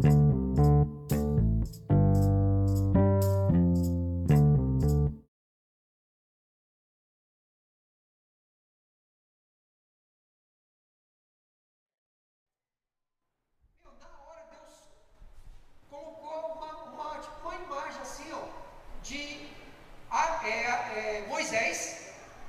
Na hora Deus colocou uma imagem assim, ó, de Moisés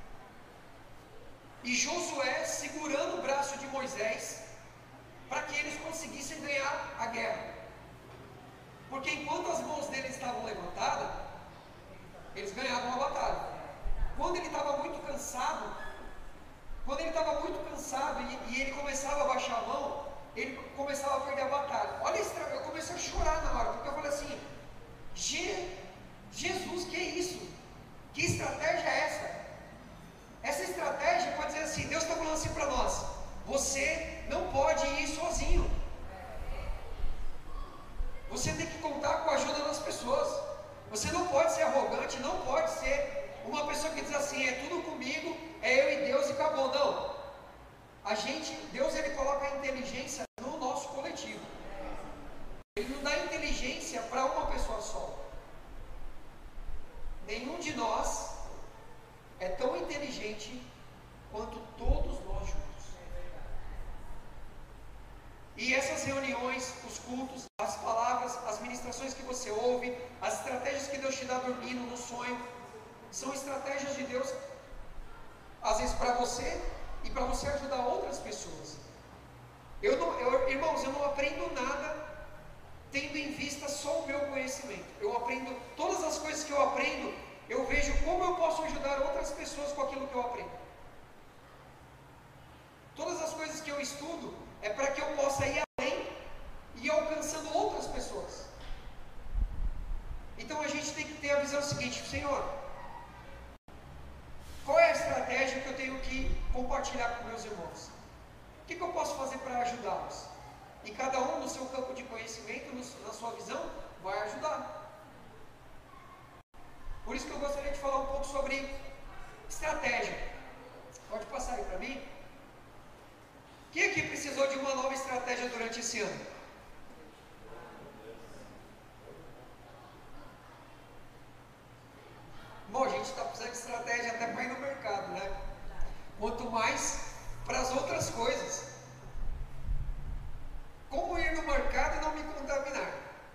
e Josué segurando o braço de Moisés para que eles conseguissem ganhar a guerra. Porque enquanto as mãos deles estavam levantadas, eles ganhavam a batalha. Quando ele estava muito cansado, e ele começava a baixar a mão, ele começava a perder a batalha. Olha, eu comecei a chorar na hora, porque eu falei assim, Jesus, que é isso? Que estratégia é essa? Essa estratégia pode dizer assim, Deus está falando assim para nós, você não pode ir sozinho. Você tem que contar com a ajuda das pessoas. Você não pode ser arrogante, não pode ser uma pessoa que diz assim, é tudo comigo, é eu e Deus e acabou. Não. Deus ele coloca a inteligência no nosso coletivo. Ele não dá inteligência para uma pessoa só. Nenhum de nós é tão inteligente quanto todos nós juntos. E essas reuniões, os cultos, as palavras, as ministrações que você ouve, as estratégias que Deus te dá dormindo, no sonho, são estratégias de Deus, às vezes para você e para você ajudar outras pessoas. Irmãos, eu não aprendo nada tendo em vista só o meu conhecimento. Eu aprendo, todas as coisas que eu aprendo, eu vejo como eu posso ajudar outras pessoas com aquilo que eu aprendo. Todas as coisas que eu estudo é para que eu possa ir além e ir alcançando outras pessoas. Então a gente tem que ter a visão seguinte, Senhor, qual é a estratégia que eu tenho que compartilhar com meus irmãos? O que eu posso fazer para ajudá-los? E cada um no seu campo de conhecimento, na sua visão, vai ajudar. Por isso que eu gostaria de falar um pouco sobre estratégia. Pode passar aí para mim? Quem aqui precisou de uma nova estratégia durante esse ano? Bom, a gente está precisando de estratégia até para ir no mercado, né? Quanto mais para as outras coisas. Como ir no mercado e não me contaminar?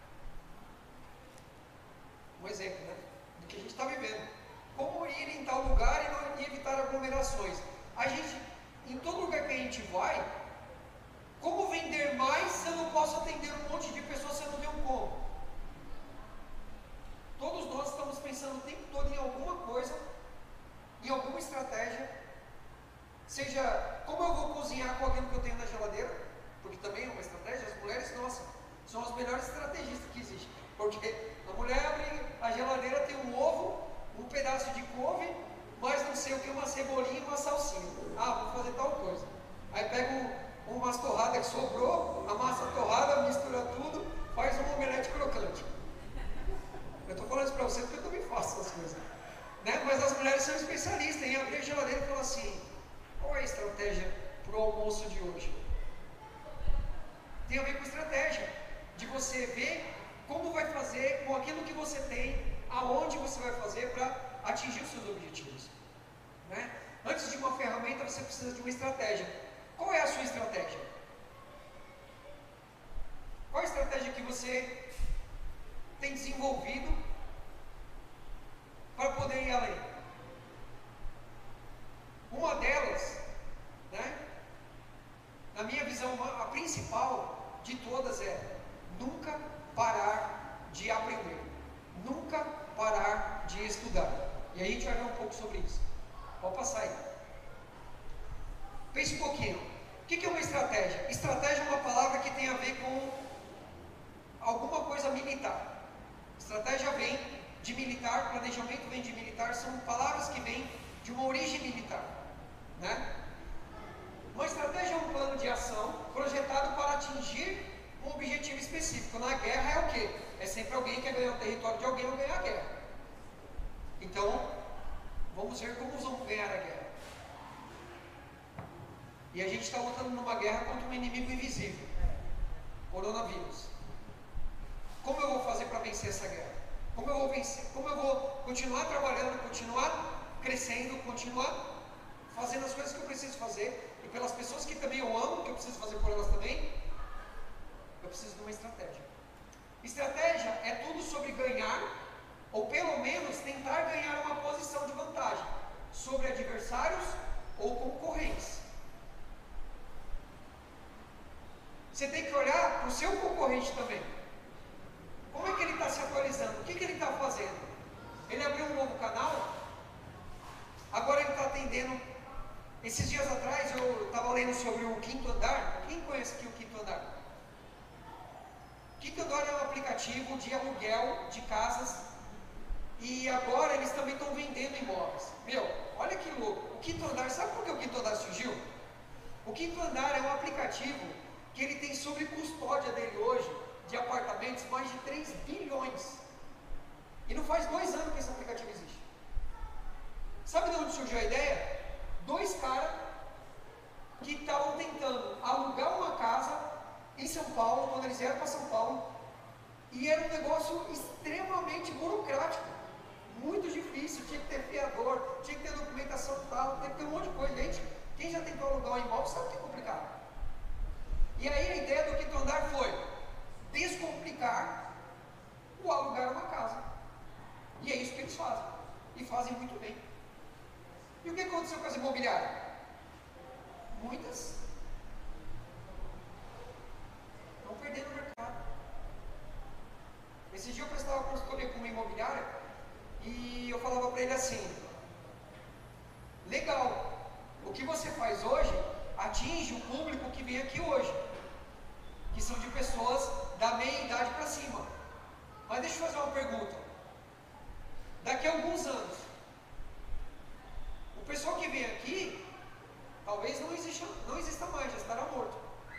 Um exemplo, né? Do que a gente está vivendo. Como ir em tal lugar e evitar aglomerações? A gente, em todo lugar que a gente vai, como vender mais se eu não posso atender um monte de pessoas se eu não tenho como? Todos nós estamos pensando o tempo todo em alguma coisa, em alguma estratégia, seja como eu vou cozinhar com aquilo que eu tenho na geladeira, porque também é uma estratégia. As mulheres, nossa, são as melhores estrategistas que existem, porque a mulher abre a geladeira, tem um ovo, um pedaço de couve, mais não sei o que, uma cebolinha e uma salsinha. Ah, vou fazer tal coisa. Aí pega umas torradas que sobrou, amassa a torrada, mistura tudo, faz um omelete crocante. Eu estou falando isso para você porque eu também faço essas coisas, né? Mas as mulheres são especialistas em abrir a geladeira e falar assim, qual é a estratégia para o almoço de hoje? Tem a ver com estratégia, de você ver como vai fazer com aquilo que você tem, aonde você vai fazer para atingir os seus objetivos, né? Antes de uma ferramenta, você precisa de uma estratégia. Qual é a sua estratégia? Qual a estratégia que você tem desenvolvido para poder ir além? Uma delas, né, na minha visão, a principal de todas é nunca parar de aprender, nunca parar de estudar. E a gente vai ver um pouco sobre isso. Pode passar aí. Pense um pouquinho. O que é uma estratégia? Estratégia é uma palavra que tem a ver com alguma coisa militar. Estratégia vem de militar, planejamento vem de militar, são palavras que vêm de uma origem militar, né? Uma estratégia é um plano de ação projetado para atingir um objetivo específico. Na guerra é o quê? É sempre alguém que quer ganhar o território de alguém ou ganhar a guerra. Então, vamos ver como vamos ganhar a guerra. E a gente está lutando numa guerra contra um inimigo invisível, coronavírus. vencer essa guerra? Como eu vou vencer? Como eu vou continuar trabalhando, continuar crescendo, continuar fazendo as coisas que eu preciso fazer, e pelas pessoas que também eu amo, que eu preciso fazer por elas também? Eu preciso de uma estratégia. Estratégia é tudo sobre ganhar, ou pelo menos tentar ganhar uma posição de vantagem sobre adversários ou concorrentes. Você tem que olhar para o seu concorrente também. Como é que ele está se atualizando? O que ele está fazendo? Ele abriu um novo canal? Agora ele está atendendo. Esses dias atrás eu estava lendo sobre o Quinto Andar. Quem conhece aqui o Quinto Andar? Quinto Andar é um aplicativo de aluguel de casas. E agora eles também estão vendendo imóveis. Meu, olha que louco. O Quinto Andar, sabe por que o Quinto Andar surgiu? O Quinto Andar é um aplicativo que ele tem sob custódia dele hoje, de apartamentos, mais de 3 bilhões. E não faz 2 anos que esse aplicativo existe. Sabe de onde surgiu a ideia? 2 caras que estavam tentando alugar uma casa em São Paulo, quando eles vieram para São Paulo, e era um negócio extremamente burocrático, muito difícil, tinha que ter fiador, tinha que ter documentação tal, tinha que ter um monte de coisa. Gente, quem já tentou alugar um imóvel sabe que é complicado. E aí a ideia do Quinto Andar foi descomplicar o alugar uma casa. E é isso que eles fazem. E fazem muito bem. E o que aconteceu com as imobiliárias? Muitas estão perdendo o mercado. Esse dia eu prestava consultoria com uma imobiliária e eu falava para ele assim: legal, o que você faz hoje atinge o público que vem aqui hoje, que são de pessoas da meia idade para cima. Mas deixa eu fazer uma pergunta. Daqui a alguns anos, o pessoal que vem aqui, talvez não exista mais, já estará morto.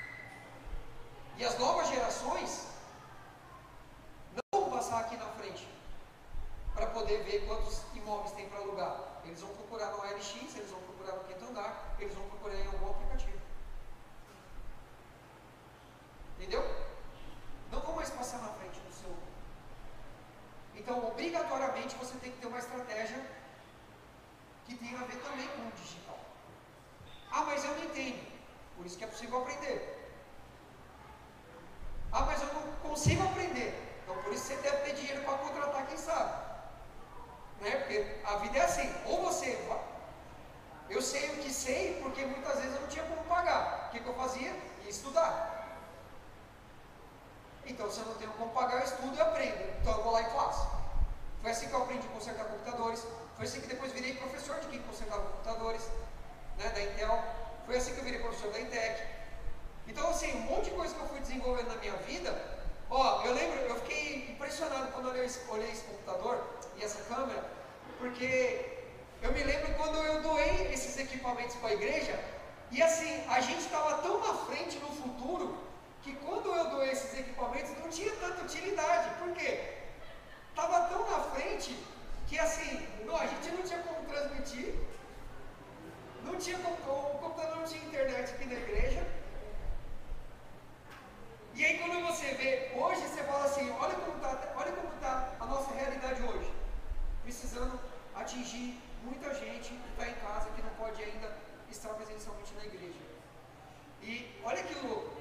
E as novas gerações não vão passar aqui na frente para poder ver quantos imóveis tem para alugar. Eles vão procurar no OLX, eles vão procurar no Quinto Andar, eles vão procurar em algum aplicativo. Entendeu? Não vão mais passar na frente do seu. Então, obrigatoriamente, você tem que ter uma estratégia que tem a ver também com o digital. Ah, mas eu não entendo. Por isso que é possível aprender. Ah, mas eu não consigo aprender. Então, por isso você deve ter dinheiro para contratar quem sabe. Né? Porque a vida é assim. Ou você... Eu sei o que sei, porque muitas vezes eu não tinha como pagar. O que eu fazia? Ia estudar. Então, se eu não tenho como pagar, eu estudo e aprendo. Então, eu vou lá e faço. Foi assim que eu aprendi a consertar computadores. Foi assim que depois virei professor de quem consertava computadores, né, da Intel. Foi assim que eu virei professor da Intec. Então, assim, um monte de coisa que eu fui desenvolvendo na minha vida. Ó, eu lembro, eu fiquei impressionado quando eu olhei esse computador e essa câmera, porque eu me lembro quando eu doei esses equipamentos para a igreja, e assim, a gente estava tão na frente no futuro, que quando eu doei esses equipamentos não tinha tanta utilidade. Por quê? Estava tão na frente que assim, não, a gente não tinha como transmitir, não tinha como, o computador não tinha internet aqui na igreja. E aí quando você vê, hoje você fala assim, olha como está a nossa realidade hoje. Precisando atingir muita gente que está em casa, que não pode ainda estar presencialmente na igreja. E olha que louco.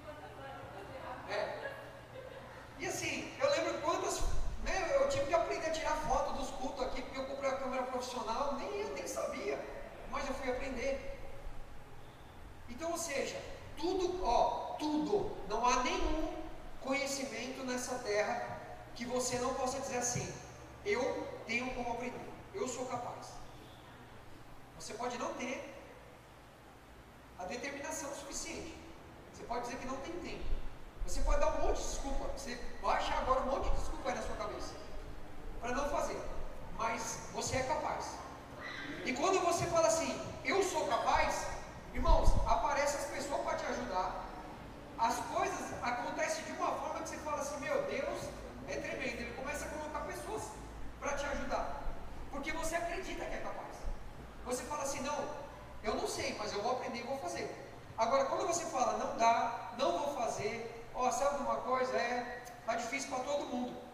E assim, eu lembro quantas, né, eu tive que aprender a tirar foto dos cultos aqui, porque eu comprei uma câmera profissional, eu nem sabia, mas eu fui aprender. Então, ou seja, tudo, não há nenhum conhecimento nessa terra que você não possa dizer assim, eu tenho como aprender, eu sou capaz. Você pode não ter a determinação suficiente, você pode dizer que não tem tempo. Você pode dar um monte de desculpa, você vai achar agora um monte de desculpa aí na sua cabeça para não fazer, mas você é capaz. E quando você fala assim, eu sou capaz, irmãos, aparecem as pessoas para te ajudar, as coisas acontecem de uma forma que você fala assim, meu Deus, é tremendo. Ele começa a colocar pessoas para te ajudar, porque você acredita que é capaz. Você fala assim, não, eu não sei, mas eu vou aprender e vou fazer. Agora, quando você fala, não dá, não vou fazer, sabe uma coisa? Tá difícil para todo mundo.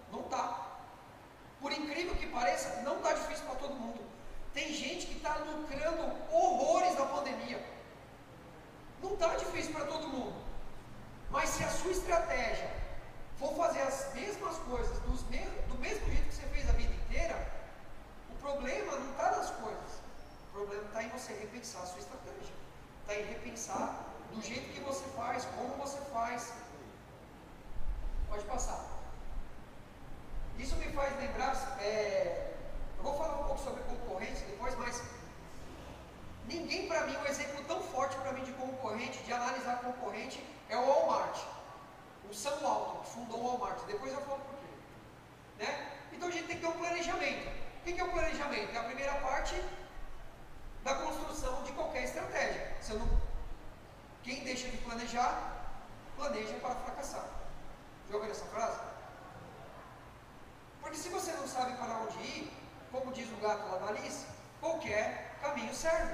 Não está. Por incrível que pareça, não está difícil para todo mundo. Tem gente que está lucrando horrores na pandemia. Não está difícil para todo mundo. Mas se a sua estratégia for fazer as mesmas coisas do mesmo jeito que você fez a vida inteira, o problema não está nas coisas. O problema está em você repensar a sua estratégia. Está em repensar do jeito que você faz, como você faz. Pode passar. Isso me faz lembrar, eu vou falar um pouco sobre concorrência depois, mas ninguém, para mim, um exemplo tão forte para mim de concorrente, de analisar concorrente, é o Walmart. O Sam Walton, que fundou o Walmart. Depois eu falo por quê. Né? Então a gente tem que ter um planejamento. O que é o planejamento? É a primeira parte da construção de qualquer estratégia. Quem deixa de planejar, planeja para fracassar. Já ouviu essa frase? Porque se você não sabe para onde ir, como diz o gato lá da Alice, qualquer caminho serve.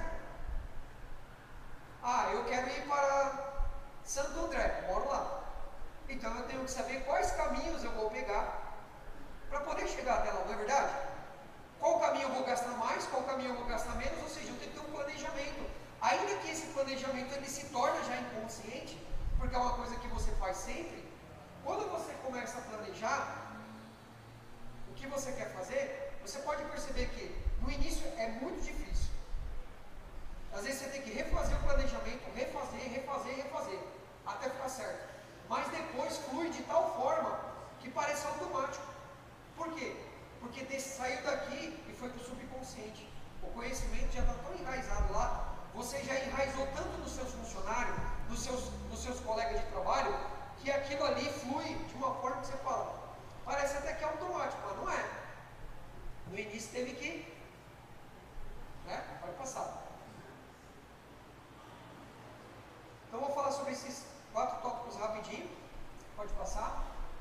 Ah, eu quero ir para Santo André, moro lá. Então eu tenho que saber quais caminhos eu vou pegar para poder chegar até lá, não é verdade? Qual caminho eu vou gastar mais, qual caminho eu vou gastar menos, ou seja, eu tenho que ter um planejamento. Ainda que esse planejamento ele se torne já inconsciente, porque é uma coisa que você faz sempre, quando você começa a planejar o que você quer fazer, você pode perceber que no início é muito difícil. Às vezes você tem que refazer o planejamento, refazer, até ficar certo. Mas depois flui de tal forma que parece automático. Por quê? Porque saiu daqui e foi para o subconsciente. O conhecimento já está tão enraizado lá, você já enraizou tanto nos seus funcionários, nos seus colegas de trabalho, que aquilo ali flui de uma forma que você fala, parece até que é automático, mas não é. No início teve que, né? Pode passar. Então vou falar sobre esses 4 tópicos rapidinho. Pode passar.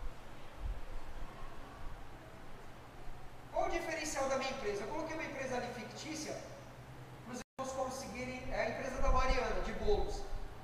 Qual o diferencial da minha empresa? Eu coloquei uma empresa ali fictícia, para os irmãos conseguirem, é a empresa da Mariana, de bolos.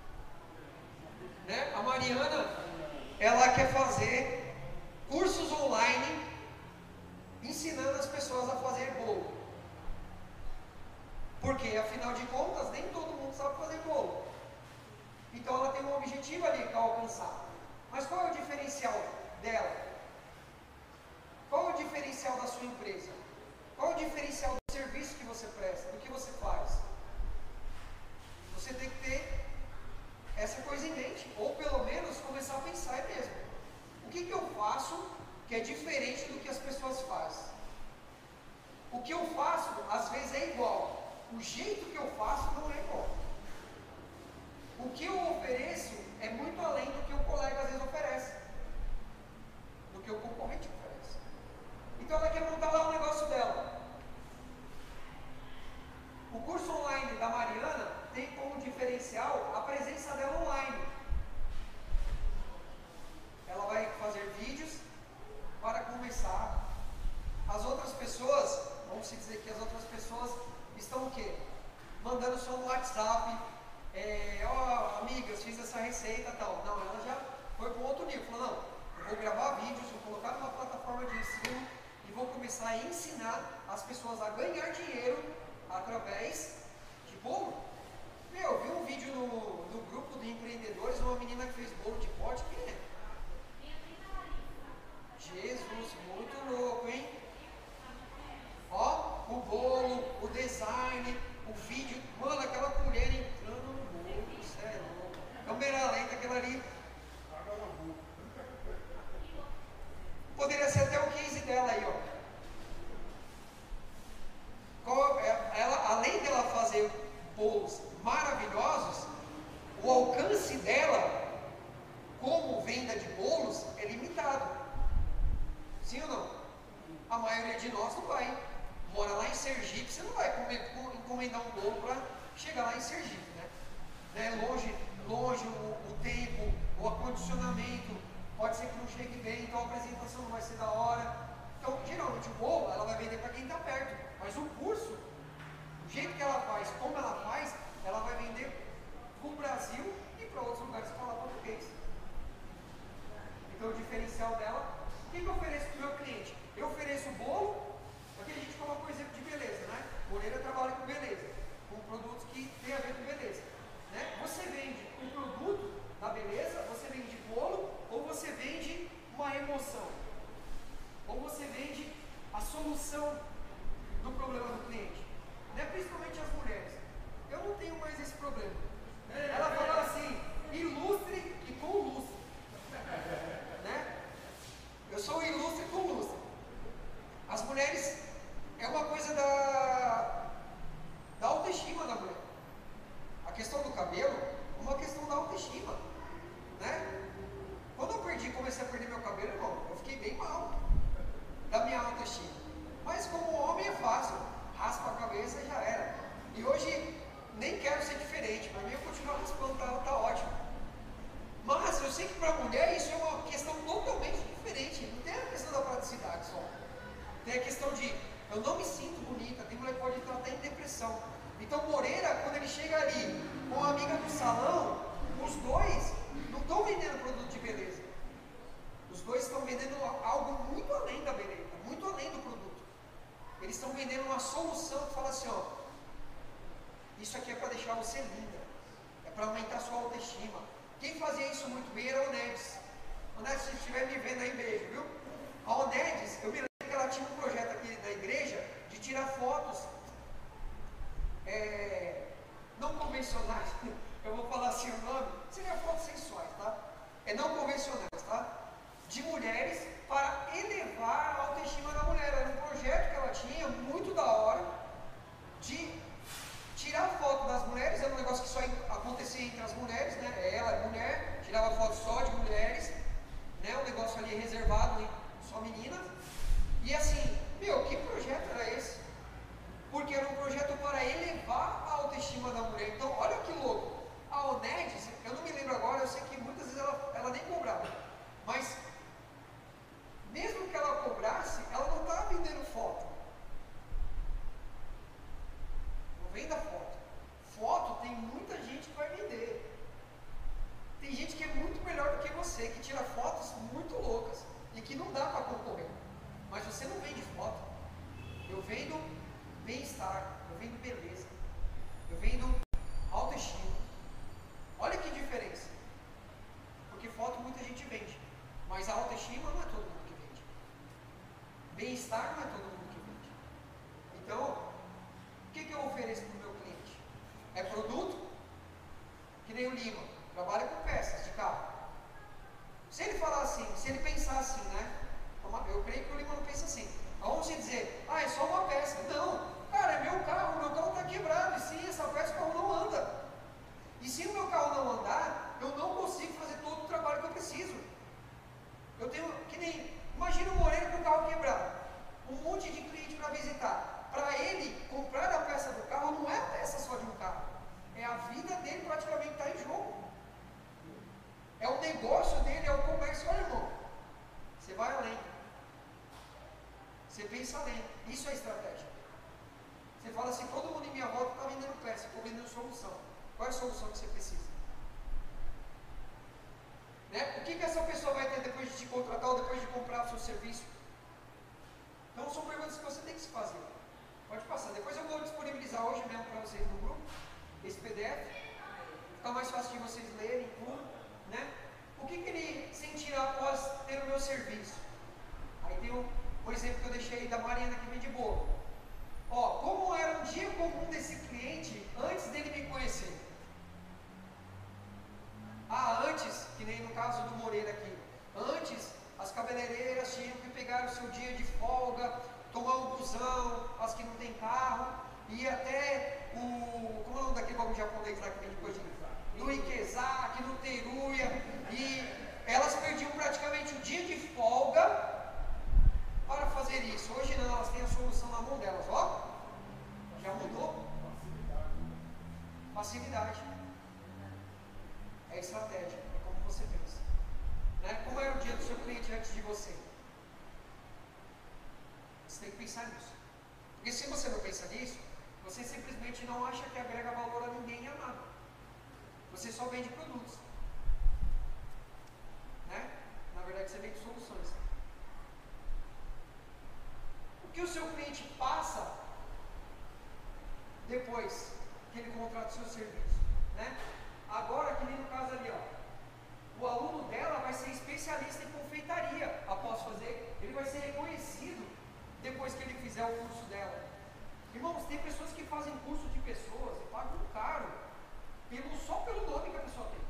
Né? A Mariana, ela quer fazer cursos online, ensinando as pessoas a fazer bolo. Porque, afinal de contas, nem todo mundo sabe fazer bolo. Então ela tem um objetivo ali para alcançar. Mas qual é o diferencial dela? Qual é o diferencial da sua empresa? Qual é o diferencial do serviço que você presta, do que você faz? Você tem que ter essa coisa em mente, ou pelo menos começar a pensar mesmo. O que eu faço que é diferente do que as pessoas fazem? O que eu faço, às vezes, é igual. O jeito que eu faço não é igual. O que eu ofereço é muito além do que o colega às vezes oferece, do que o concorrente oferece. Então ela quer montar lá o negócio dela. O curso online da Mariana tem como diferencial a presença dela online. Ela vai fazer vídeos para começar. As outras pessoas, vamos dizer que as outras pessoas estão o quê? Mandando só no WhatsApp. Amigas, fiz essa receita e tal. Não, ela já foi para um outro nível. Falou, não, eu vou gravar vídeos, vou colocar numa plataforma de ensino e vou começar a ensinar as pessoas a ganhar dinheiro através de bolo. Eu vi um vídeo no grupo de empreendedores, uma menina que fez bolo de pote. Quem é? Jesus, muito louco, hein? Ó, o bolo, o design, o vídeo. Mano, aquela mulher entrando no bolo, sério. Câmera lenta, aquela ali. Poderia ser até o case dela aí, ó. Ela, além dela fazer bolos maravilhosos, o alcance dela como venda de bolos é limitado. Sim ou não? A maioria de nós não vai. Mora lá em Sergipe, você não vai encomendar um bolo para chegar lá em Sergipe, né? Longe o tempo, o acondicionamento, pode ser que não chegue bem, então a apresentação não vai ser da hora. Então, geralmente o bolo, ela vai vender para quem está perto, mas o curso, o jeito que ela faz, como ela faz, ela vai vender para o Brasil e para outros lugares que falam português. Então, o diferencial dela, o que eu ofereço para o meu cliente? emoção. Ou você vende a solução do problema do cliente. Né? Principalmente as mulheres. Eu não tenho mais esse problema. Ela fala assim, ilustre e com lustre. Né? Eu sou ilustre com lustre. As mulheres, é uma coisa da autoestima da mulher. A questão do cabelo é uma questão da autoestima. Né? Quando eu comecei a perder meu cabelo, irmão, eu fiquei bem mal da minha autoestima. Mas como homem é fácil, raspa a cabeça e já era. E hoje nem quero ser diferente, para mim eu continuo raspando, tá ótimo. Mas eu sei que para a mulher isso é uma questão totalmente diferente. Não tem a questão da praticidade só. Tem a questão de eu não me sinto bonita, tem mulher que pode entrar até em depressão. Então Moreira, quando ele chega ali com a amiga do salão, os dois não estão vendendo produto de beleza. Os dois estão vendendo algo muito além da beleza, muito além do produto. Eles estão vendendo uma solução que fala assim, ó, isso aqui é para deixar você linda, é para aumentar sua autoestima. Quem fazia isso muito bem era a Onedes. Onedes, se estiver me vendo aí, beijo, viu? A Onedes, eu me lembro que ela tinha um projeto aqui na igreja de tirar fotos não convencionais, eu vou falar assim o nome, seria fotos sensuais, tá? Não convencionais, tá? De mulheres para elevar a autoestima da mulher. Era um projeto que ela tinha, muito da hora, de tirar foto das mulheres. Era um negócio que só acontecia entre as mulheres, né? Ela é mulher, tirava foto só de mulheres, né? Um negócio ali reservado, só meninas. E assim, meu, que projeto era esse? Porque era um projeto para elevar a autoestima da mulher. Então, olha que louco. A Onedes, eu não me lembro agora, eu sei que muitas vezes ela nem cobrava. Mas, mesmo que ela cobrasse, ela não estava vendendo foto. Não venda foto. Foto tem muita gente que vai vender. Tem gente que é muito melhor do que você, que tira fotos muito loucas e que não dá para concorrer. Mas você não vende foto. Eu vendo bem-estar, eu vendo beleza, eu vendo autoestima. Olha que diferença. Porque foto muita gente vende, mas a autoestima não é todo mundo que vende. Bem-estar não é todo mundo que vende. Então, o que eu ofereço para o meu cliente? É produto? Que nem o Lima, trabalha com peças de carro. Se ele falar assim, se ele pensar assim, né? Eu creio que o Lima não pensa assim. Vamos dizer, é só uma peça. Não, cara, é meu carro está quebrado. E se essa peça o carro não anda. E se o meu carro não andar, eu não consigo fazer todo o trabalho que eu preciso. Eu tenho, que nem, imagina o Moreira com o carro quebrado. Um monte de cliente para visitar. Para ele comprar a peça do carro, não é a peça só de um carro. É a vida dele praticamente que está em jogo. É o negócio dele, é o comércio. Olha, irmão, você vai além. Você pensa além. Isso é estratégia. Você fala assim, todo mundo em minha volta está vendendo peça, estou vendendo solução. Qual é a solução que você precisa? Né? O que essa pessoa vai ter depois de te contratar ou depois de comprar o seu serviço? Então são perguntas que você tem que se fazer. Pode passar. Depois eu vou disponibilizar hoje mesmo para vocês no grupo, esse PDF. Fica mais fácil de vocês lerem tudo. Né? O que ele sentirá após ter o meu serviço? Aí tem o exemplo que eu deixei da Mariana que vende bolo. Como era um dia comum desse cliente antes dele me conhecer? Antes, que nem no caso do Moreira aqui, antes as cabeleireiras tinham que pegar o seu dia de folga, tomar um busão, as que não tem carro, ir até como é o nome daquele bagulho japonês lá que vende coisa no Ikezaki, no Teruya, e elas perdiam praticamente o dia de folga para fazer isso. Hoje não, elas têm a solução na mão delas, já mudou. Facilidade. É estratégia, é como você pensa. Né? Como era o dia do seu cliente antes de você? Você tem que pensar nisso. Porque se você não pensa nisso, você simplesmente não acha que agrega valor a ninguém e a nada. Você só vende produtos. Né? Na verdade, você vende soluções. O que o seu cliente passa depois que ele contrata o seu serviço? Né? Agora, que nem no caso ali, o aluno dela vai ser especialista em confeitaria após depois que ele fizer o curso dela. Irmãos, tem pessoas que fazem curso de pessoas e pagam caro, só pelo nome que a pessoa tem.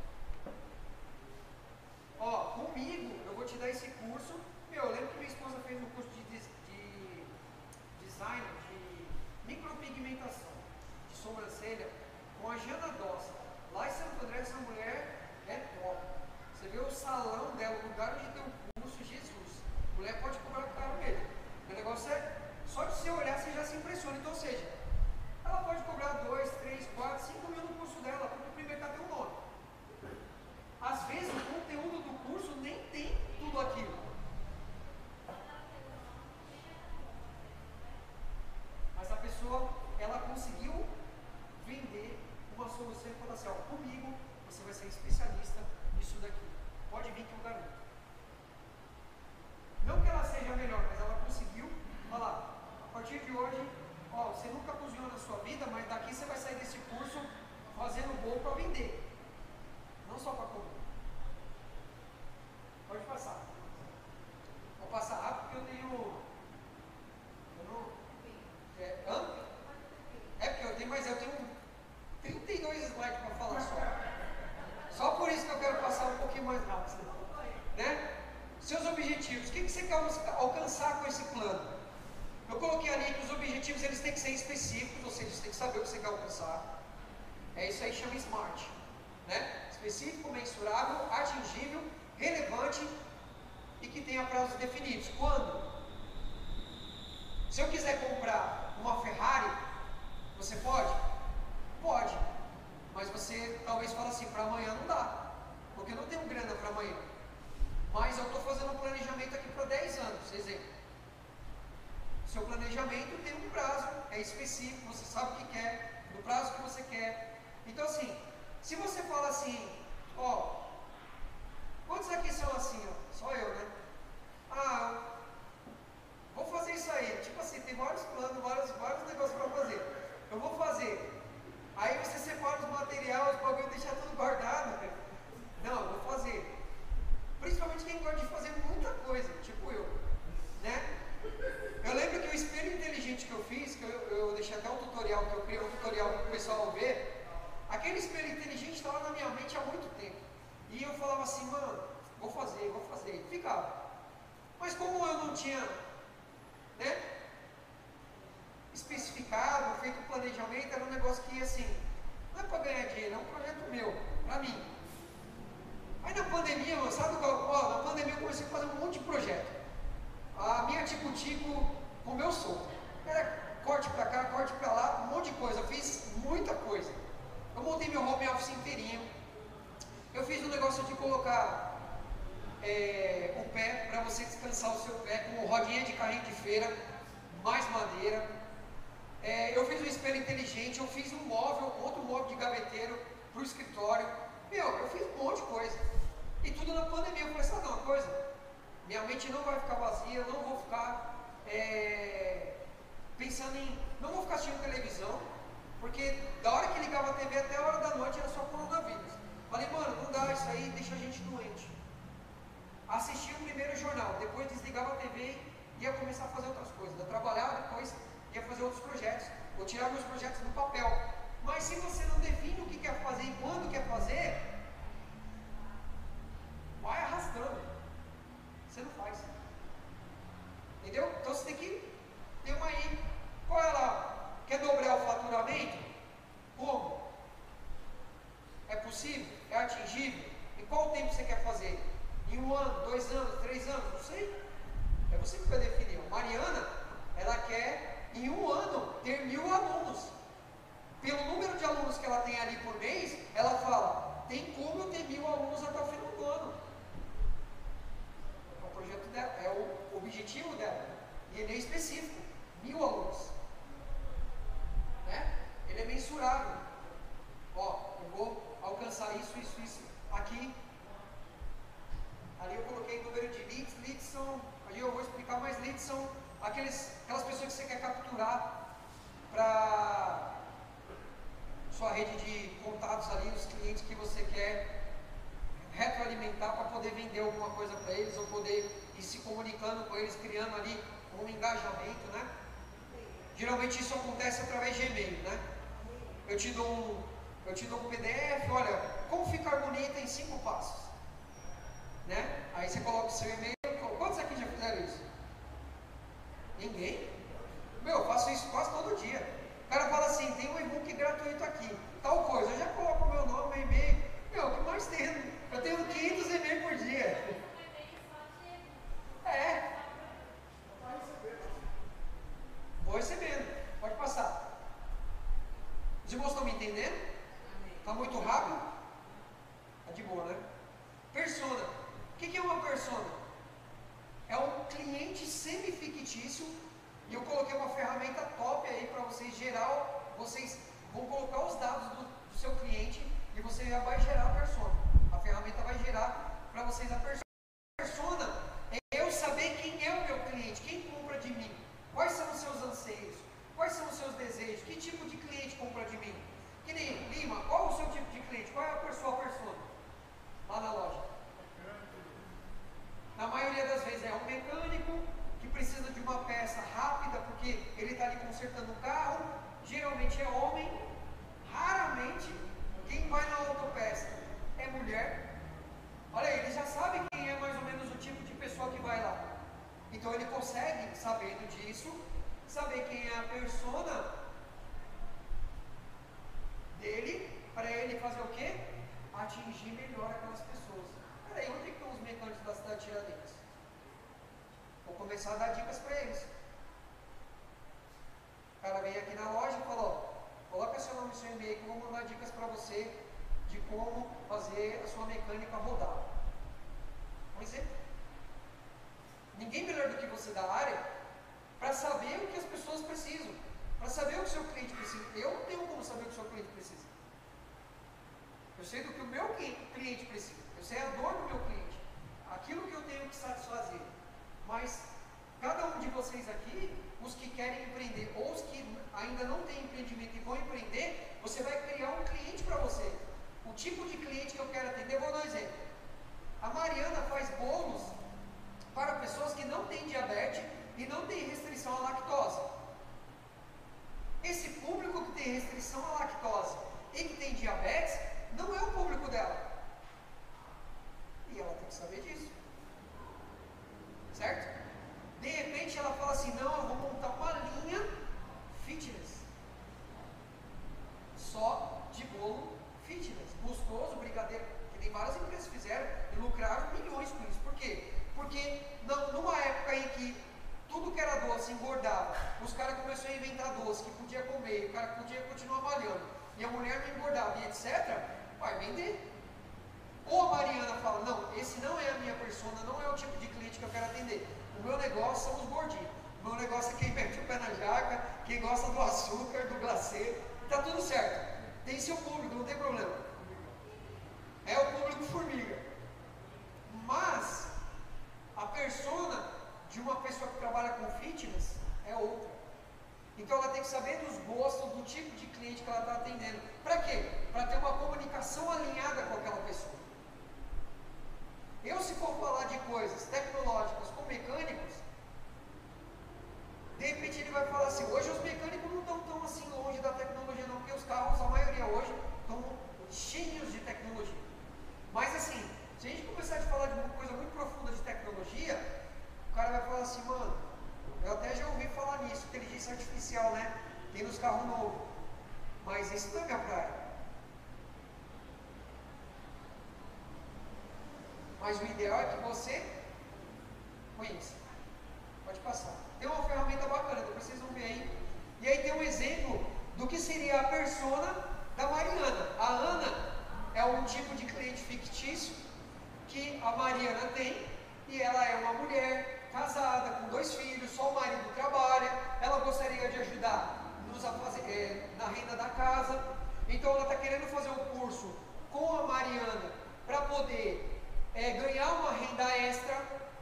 Ó, comigo, eu vou te dar esse curso. Eu lembro que minha esposa fez um curso de design, de micropigmentação, de sobrancelha, com a Jana Dossa. Lá em Santo André, essa mulher é top. Você vê o salão dela, o lugar onde tem o curso, Jesus. A mulher pode cobrar caro mesmo. O negócio é, só de você olhar, você já se impressiona. Então, ou seja, ela pode cobrar 2, 3, 4, 5 mil no curso dela, porque o primeiro tem um nome. Às vezes, o conteúdo do curso nem tem tudo aquilo. Mas a pessoa, ela conseguiu vender uma solução e falar assim, ó, comigo você vai ser especialista nisso daqui. Pode vir que eu garanto. Não que ela seja melhor, mas ela conseguiu falar, a partir de hoje, ó, você nunca cozinhou na sua vida, mas daqui você vai sair desse curso fazendo bolo para vender. Não só para comer. Pode passar. Vou passar rápido porque eu tenho... porque eu tenho, mas eu tenho 32 slides para falar só. Só por isso que eu quero passar um pouquinho mais rápido. Né? Seus objetivos. O que você quer alcançar com esse plano? Eu coloquei ali que os objetivos eles têm que ser específicos, ou seja, você tem que saber o que você quer alcançar. É isso aí, chama SMART. Né? Específico, mensurável, atingível, relevante e que tenha prazos definidos. Quando? Se eu quiser comprar uma Ferrari, você pode? Pode. Mas você talvez fale assim, para amanhã não dá. Porque eu não tenho grana para amanhã. Mas eu estou fazendo um planejamento aqui para 10 anos, exemplo. Seu planejamento tem um prazo, é específico, você sabe o que quer, no prazo que você quer. Então assim, se você fala assim, ó, quantos aqui são assim, ó? Só eu, né? Ah, vou fazer isso aí. Tipo assim, tem vários planos, vários negócios para fazer. Eu vou fazer. Aí você separa os materiais, o bagulho deixar tudo guardado. Não, eu vou fazer. Principalmente quem gosta de fazer muita coisa, tipo eu. Né? Eu lembro que o espelho inteligente que eu fiz, que eu deixei até um tutorial, que eu criei um tutorial para o pessoal ver. Aquele espelho inteligente estava na minha mente há muito tempo. E eu falava assim, mano, vou fazer. E ficava. Mas como eu não tinha, né, especificado, feito o planejamento, era um negócio que assim, não é para ganhar dinheiro, é um projeto meu, para mim. Aí na pandemia, sabe qual? Na pandemia eu comecei a fazer um monte de projeto. A minha tico-tico comeu solto. Era corte para cá, corte para lá, um monte de coisa. Eu fiz muita coisa. Eu montei meu home office inteirinho. Eu fiz um negócio de colocar o pé, para você descansar o seu pé, com rodinha de carrinho de feira, mais madeira. Eu fiz um espelho inteligente, eu fiz um móvel, outro móvel de gaveteiro para o escritório. Eu fiz um monte de coisa. E tudo na pandemia. Eu falei, sabe uma coisa? Minha mente não vai ficar vazia, eu não vou ficar pensando em... Não vou ficar assistindo televisão, porque da hora que ligava a TV até a hora da noite era só coronavírus. Falei, mano, não dá, isso aí deixa a gente doente. Assistia o primeiro jornal, depois desligava a TV e ia começar a fazer outras coisas. Eu trabalhava, depois ia fazer outros projetos. Vou tirar meus projetos do papel. Mas se você não define o que quer fazer e quando quer fazer, vai arrastando. Você não faz. Entendeu? Então você tem que ter uma aí. Qual é lá? Quer dobrar o faturamento? Como? É possível? É atingível? Em qual tempo você quer fazer? Em 1 ano, 2 anos, 3 anos? Não sei. É você que vai definir. A Mariana, ela quer em 1 ano ter 1000 alunos. Pelo número de alunos que ela tem ali por mês, ela fala, tem como eu ter 1000 alunos até o final do ano. É o projeto dela, é o objetivo dela. E ele é específico, 1000 alunos. Né? Ele é mensurável. Ó, eu vou alcançar isso aqui. Ali eu coloquei número de leads. Leads são, ali eu vou explicar mais, leads são aquelas pessoas que você quer capturar para sua rede de contatos ali, os clientes que você quer retroalimentar para poder vender alguma coisa para eles ou poder ir se comunicando comunicando com eles, criando ali um engajamento, né? Geralmente isso acontece através de e-mail, né? Eu te dou um PDF, olha, como ficar bonita em 5 passos, né? Aí você coloca o seu e-mail. Quantos aqui já fizeram isso? Ninguém? Meu, eu faço isso quase todo dia. O cara fala assim, tem um e-book gratuito aqui, tal coisa, eu já coloco o meu nome, meu e-mail. Meu, o que mais tem? Eu tenho 500 e-mails por dia. É. Vou recebendo, pode passar. Os irmãos estão me entendendo? Está muito rápido? Está de boa, né? Persona. O que é uma persona? É um cliente semi-fictício. E eu coloquei uma ferramenta top aí para vocês gerar. Vocês vão colocar os dados do seu cliente e você já vai gerar a persona. A ferramenta vai gerar para vocês a persona. Persona é eu saber quem é o meu cliente, quem compra de mim, quais são os seus anseios, quais são os seus desejos, que tipo de cliente compra de mim. Que nem Lima, qual é o seu tipo de cliente? Qual é a sua persona lá na loja? Na maioria das vezes é um mecânico que precisa de uma peça rápida porque ele está ali consertando o carro. Geralmente é homem. Raramente quem vai na autopeça é mulher. Olha aí, ele já sabe quem é mais ou menos o tipo de pessoa que vai lá. Então ele consegue, sabendo disso, saber quem é a persona dele, para ele fazer o quê? Atingir melhor aquelas pessoas. Peraí, onde é que estão os mecânicos da cidade de Tiradentes? Vou começar a dar dicas para eles. O cara vem aqui na loja e fala, ó, coloca seu nome e seu e-mail que eu vou mandar dicas para você de como fazer a sua mecânica rodar. Um exemplo. Ninguém melhor do que você da área para saber o que as pessoas precisam, para saber o que o seu cliente precisa. Eu não tenho como saber o que o seu cliente precisa. Eu sei do que o meu cliente precisa. Eu sei a dor do meu cliente, aquilo que eu tenho que satisfazer. Mas cada um de vocês aqui, os que querem empreender ou os que ainda não têm empreendimento e vão empreender, você vai criar um cliente para você. O tipo de cliente que eu quero atender, vou dar um exemplo. A Mariana faz bolos para pessoas que não têm diabetes e não têm restrição à lactose. Esse público que tem restrição à lactose e que tem diabetes, não é o público dela. E ela tem que saber disso. Certo? De repente ela fala assim, não, eu vou montar uma linha fitness. Só de bolo fitness. Gostoso, brigadeiro, que nem várias empresas fizeram e lucraram milhões com isso. Por quê? Porque numa época em que tudo que era doce engordava, os caras começaram a inventar doce que podia comer, o cara podia continuar malhando, e a mulher não engordava, e etc., vai vender. Ou a Mariana fala, não, esse não é a minha persona, não é o tipo de cliente que eu quero atender. O meu negócio são os gordinhos. O meu negócio é quem mete o pé na jaca, quem gosta do açúcar, do glacê. Tá tudo certo. Tem seu público, não tem problema. É o público formiga. Mas a persona de uma pessoa que trabalha com fitness é outra. Então ela tem que saber dos gostos, do tipo de cliente que ela está atendendo. Para quê? Para ter uma comunicação alinhada com aquela pessoa. Eu, se for falar de coisas tecnológicas com mecânicos, de repente ele vai falar assim, hoje os mecânicos não estão tão assim longe da tecnologia não, porque os carros, a maioria hoje, estão cheios de tecnologia. Mas assim, se a gente começar a falar de uma coisa muito profunda de tecnologia, o cara vai falar assim, mano, eu até já ouvi falar nisso, inteligência artificial, né? Tem nos carros novos. Mas isso não é minha praia. Mas o ideal é que você conheça. Pode passar. Tem uma ferramenta bacana, depois vocês vão ver aí. E aí tem um exemplo do que seria a persona da Mariana. A Ana é um tipo de cliente fictício que a Mariana tem, e ela é uma mulher casada, com 2 filhos, só o marido trabalha, ela gostaria de ajudar na renda da casa, então ela está querendo fazer um curso com a Mariana para poder ganhar uma renda extra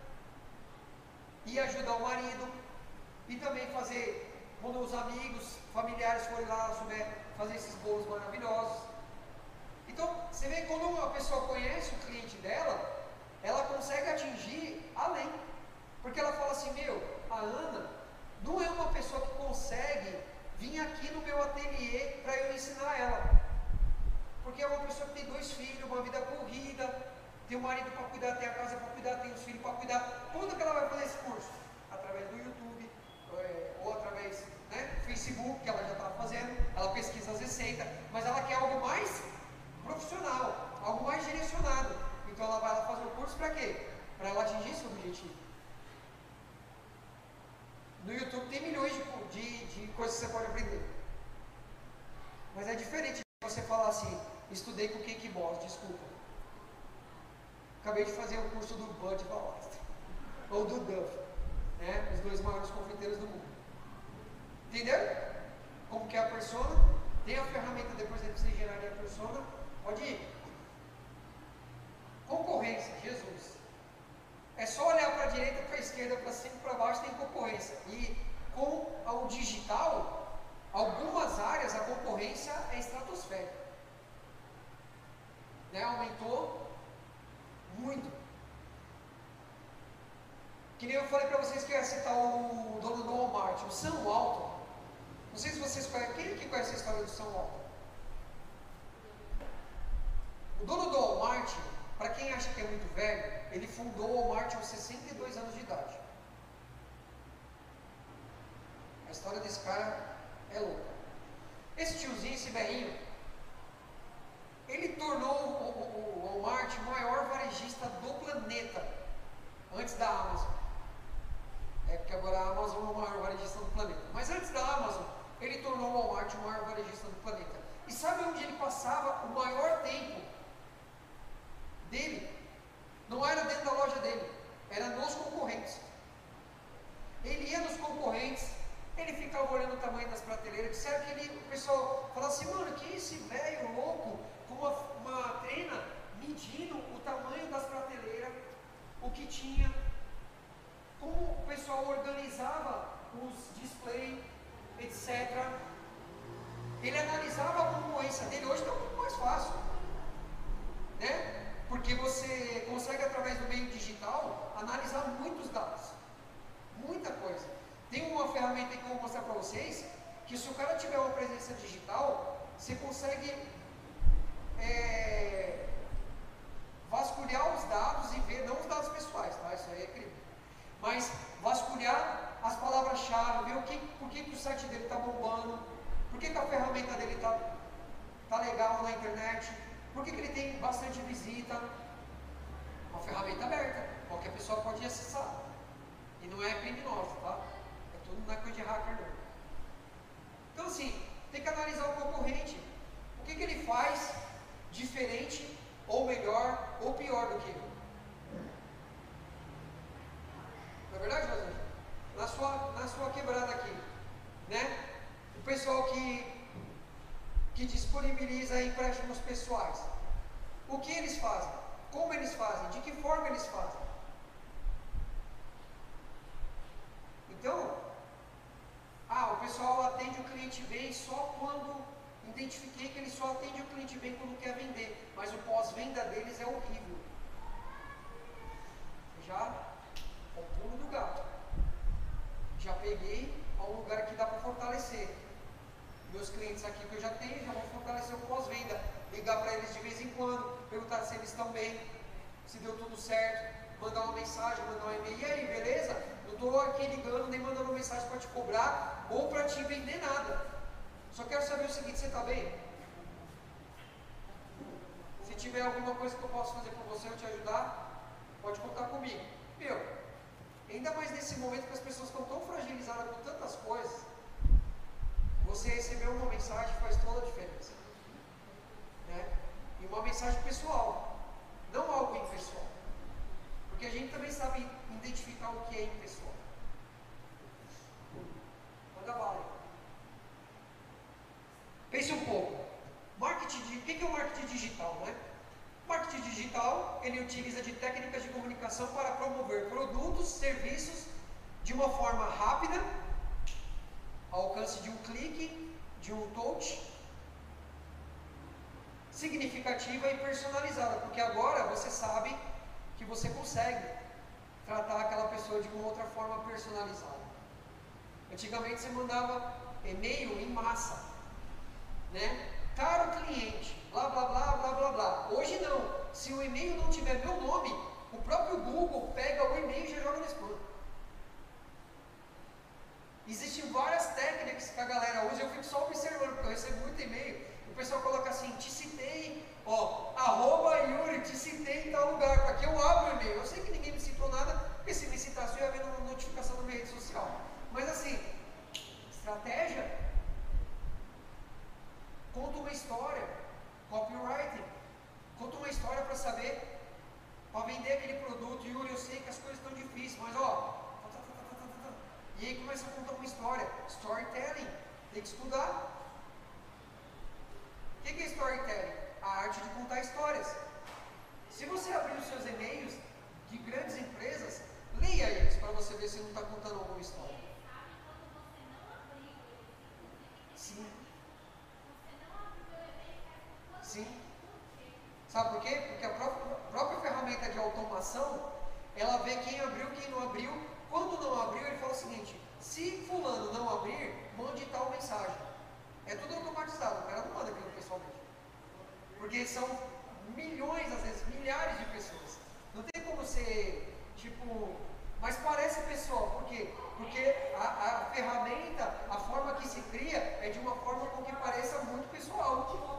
e ajudar o marido, e também fazer, quando os amigos, familiares forem lá, souber fazer esses bolos maravilhosos. Então, você vê, quando uma pessoa conhece o cliente dela, ela consegue atingir além. Porque Ana não é uma pessoa que consegue vir aqui no meu ateliê para eu ensinar ela. Porque é uma pessoa que tem 2 filhos, uma vida corrida, tem um marido para cuidar, tem a casa para cuidar, tem os filhos para cuidar. Quando que ela vai fazer esse curso? Através do YouTube, ou através do Facebook, que ela já está fazendo, ela pesquisa as receitas, mas ela quer algo mais profissional, algo mais direcionado. Então ela vai lá fazer o curso para quê? Para ela atingir esse objetivo. No YouTube tem milhões de coisas que você pode aprender. Mas é diferente de você falar assim, estudei com o Cake Boss, desculpa. Acabei de fazer o curso do Bud Valastro, ou do Duff, os 2 maiores confeiteiros do mundo. Entenderam? Como que é a persona? Tem a ferramenta depois de você gerar a persona, pode ir. Concorrência, Jesus. É só olhar para a direita, para a esquerda, para cima, para baixo, tem concorrência. E com o digital, algumas áreas a concorrência é estratosférica. Aumentou muito. Que nem eu falei para vocês que eu ia citar o dono do Walmart, o Sam Walton. Não sei se vocês conhecem. Quem aqui conhece a história do Sam Walton? O dono do Walmart, para quem acha que é muito velho, ele fundou o Walmart aos 62 anos de idade. A história desse cara é louca. Esse tiozinho, esse velhinho, ele tornou o Walmart o maior varejista do planeta, antes da Amazon. Porque agora a Amazon é o maior varejista do planeta. Mas antes da Amazon, ele tornou o Walmart o maior varejista do planeta. E sabe onde ele passava o maior tempo dele? Não era dentro da loja dele, era nos concorrentes. Ele ia nos concorrentes, ele ficava olhando o tamanho das prateleiras. Disseram que o pessoal falava assim, mano, que esse velho louco com uma trena medindo o tamanho das prateleiras, o que tinha, como o pessoal organizava os displays, etc. Ele analisava a concorrência dele. Hoje está um pouco mais fácil, porque você consegue, através do meio digital, analisar muitos dados, muita coisa. Tem uma ferramenta que eu vou mostrar para vocês, que se o cara tiver uma presença digital, você consegue vasculhar os dados e ver, não os dados pessoais, tá? Isso aí é crime. Mas vasculhar as palavras-chave, ver por que o site dele está bombando, por que a ferramenta dele está legal na internet, por que ele tem bastante visita. Uma ferramenta aberta, qualquer pessoa pode acessar. E não é criminosa, tá? Não é coisa de hacker, não. Então, assim, tem que analisar o concorrente. O que ele faz diferente, ou melhor, ou pior do que ele. Não é verdade, Rosângela? Na sua quebrada aqui, o pessoal que disponibiliza empréstimos pessoais. O que eles fazem? Como eles fazem? De que forma eles fazem? Então, o pessoal atende o cliente bem só quando identifiquei que ele só atende o cliente bem quando quer vender, mas o pós-venda deles é horrível. Já é o pulo do gato. Já peguei a um lugar que dá para fortalecer. Meus clientes aqui que eu já tenho, já vou fortalecer o pós-venda. Ligar para eles de vez em quando, perguntar se eles estão bem, se deu tudo certo, mandar uma mensagem, mandar um e-mail. E aí, beleza? Não estou aqui ligando, nem mandando mensagem para te cobrar ou para te vender nada. Só quero saber o seguinte, você está bem? Se tiver alguma coisa que eu possa fazer por você ou te ajudar, pode contar comigo. Ainda mais nesse momento que as pessoas estão tão fragilizadas com tantas coisas, você receber uma mensagem faz toda a diferença. E uma mensagem pessoal, não algo impessoal. Porque a gente também sabe identificar o que é impessoal. Manda bala. Pense um pouco. O que é o marketing digital, Marketing digital, ele utiliza de técnicas de comunicação para promover produtos, serviços de uma forma rápida, ao alcance de um clique, de um touch, significativa e personalizada, porque agora você sabe que você consegue tratar aquela pessoa de uma outra forma personalizada. Antigamente você mandava e-mail em massa, né? Caro cliente, blá blá blá blá blá blá. Hoje não. Se o e-mail não tiver meu nome, o próprio Google pega o e-mail e já joga no spam. Existem várias técnicas que a galera usa, eu fico só observando, porque eu recebo muito e-mail. O pessoal coloca assim, te citei, @Yuri, te citei em tal lugar, para que eu abro o e-mail. Eu sei que ninguém me citou nada, porque se me citasse eu ia ver uma notificação na minha rede social. Mas assim, estratégia, conta uma história, copywriting, conta uma história para saber, para vender aquele produto. Yuri, eu sei que as coisas estão difíceis, mas e aí começa a contar uma história, storytelling, tem que estudar. O que é storytelling? A arte de contar histórias. Se você abrir os seus e-mails de grandes empresas, leia eles para você ver se não está contando alguma história. Sim. Sim. Sabe por quê? Porque a própria ferramenta de automação, ela vê quem abriu, quem não abriu. Quando não abriu, ele fala o seguinte: se fulano não abrir, mande tal mensagem. É tudo automatizado, o cara não manda aquilo pessoalmente. Porque são milhões, às vezes milhares de pessoas. Não tem como ser, mas parece pessoal. Por quê? Porque a ferramenta, a forma que se cria, é de uma forma com que pareça muito pessoal.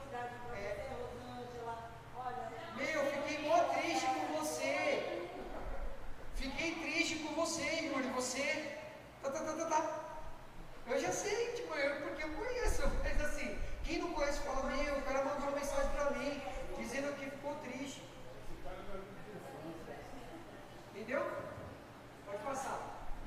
Eu fiquei mó triste com você. Fiquei triste com você, Yuri. Você. Eu já sei, porque eu conheço. Mas assim, quem não conhece fala: o cara mandou uma mensagem pra mim, dizendo que ficou triste. Entendeu? Pode passar.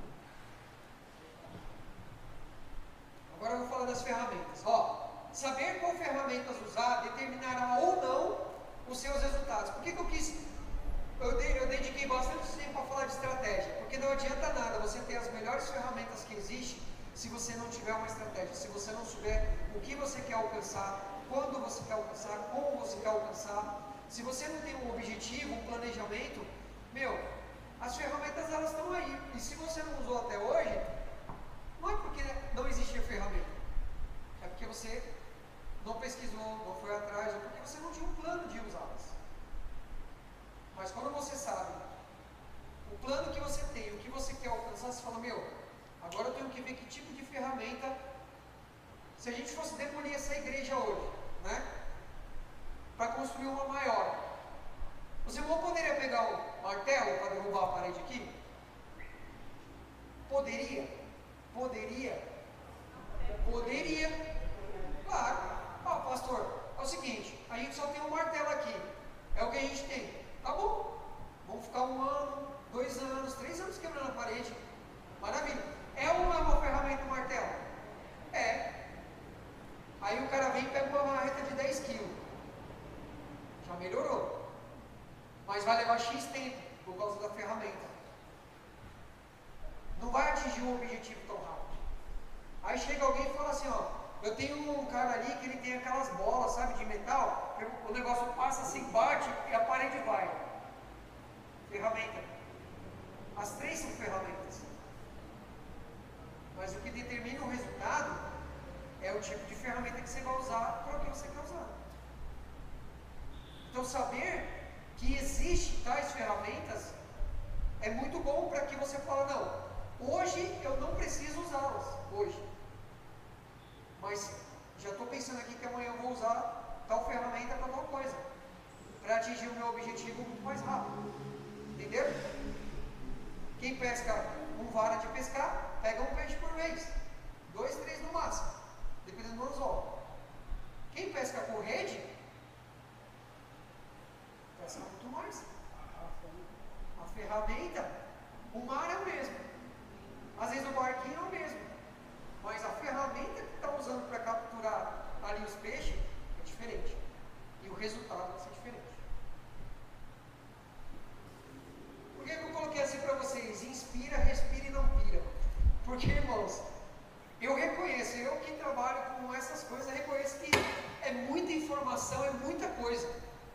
Agora eu vou falar das ferramentas. Saber qual ferramentas usar determinará ou não os seus resultados. Por que eu quis? Eu dediquei bastante tempo a falar de estratégia, porque não adianta nada você ter as melhores ferramentas que existem se você não tiver uma estratégia, se você não souber o que você quer alcançar, quando você quer alcançar, como você quer alcançar. Se você não tem um objetivo, um planejamento, as ferramentas elas estão aí. E se você não usou até hoje, não é porque não existia ferramenta, é porque você não pesquisou, não foi atrás, ou porque você não tinha um plano de usá-las. Mas quando você sabe o plano que você tem, o que você quer alcançar, você fala: agora eu tenho que ver que tipo de ferramenta. Se a gente fosse demolir essa igreja hoje, né, para construir uma maior, os irmãos poderiam pegar um martelo para derrubar a parede aqui? Poderia? Claro. Pastor, é o seguinte, a gente só tem um martelo aqui, é o que a gente tem. Tá bom, vamos ficar 1 ano, 2 anos, 3 anos quebrando a parede. Maravilha. É ou não é uma ferramenta, um martelo? É. Aí o cara vem e pega uma marreta de 10 quilos. Já melhorou. Mas vai levar X tempo por causa da ferramenta. Não vai atingir um objetivo tão rápido. Aí chega alguém e fala assim: eu tenho um cara ali que ele tem aquelas bolas, sabe, de metal, o negócio passa assim, bate e a parede vai. Ferramenta. As 3 são ferramentas. Mas o que determina o resultado é o tipo de ferramenta que você vai usar para o que você quer usar. Então saber que existem tais ferramentas é muito bom para que você fale: hoje eu não preciso usá-las, hoje. Mas já estou pensando aqui que amanhã eu vou usar tal ferramenta para tal coisa, para atingir o meu objetivo muito mais rápido. Entendeu? Quem pesca com vara de pescar, pega um peixe por vez, 2, 3 no máximo, dependendo do anzol. Quem pesca com rede, pesca muito mais. A ferramenta, o mar é o mesmo, às vezes o barquinho é o mesmo, mas a ferramenta que está usando para capturar ali os peixes é diferente. E o resultado vai ser diferente. Por que eu coloquei assim para vocês? Inspira, respira e não pira. Porque, irmãos, eu reconheço, eu que trabalho com essas coisas, reconheço que é muita informação, é muita coisa.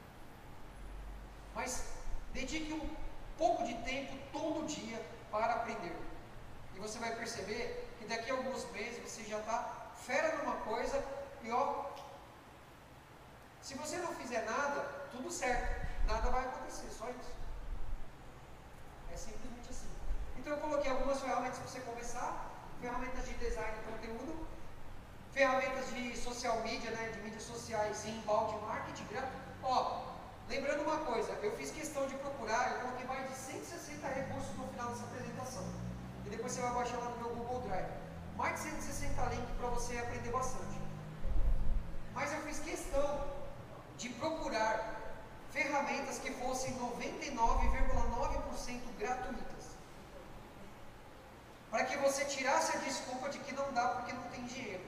Mas dedique um pouco de tempo todo dia para aprender. E você vai perceber que e daqui a alguns meses você já está fera numa coisa e ó, se você não fizer nada, tudo certo, nada vai acontecer, só isso. É simplesmente assim. Então eu coloquei algumas ferramentas para você começar, ferramentas de design de conteúdo, ferramentas de social media, né, de mídias sociais e inbound marketing. Ó, lembrando uma coisa, eu fiz questão de procurar, eu coloquei mais de 160 recursos no final dessa apresentação. E depois você vai baixar lá no meu Google Drive. Mais de 160 links para você aprender bastante. Mas eu fiz questão de procurar ferramentas que fossem 99,9% gratuitas. Para que você tirasse a desculpa de que não dá porque não tem dinheiro.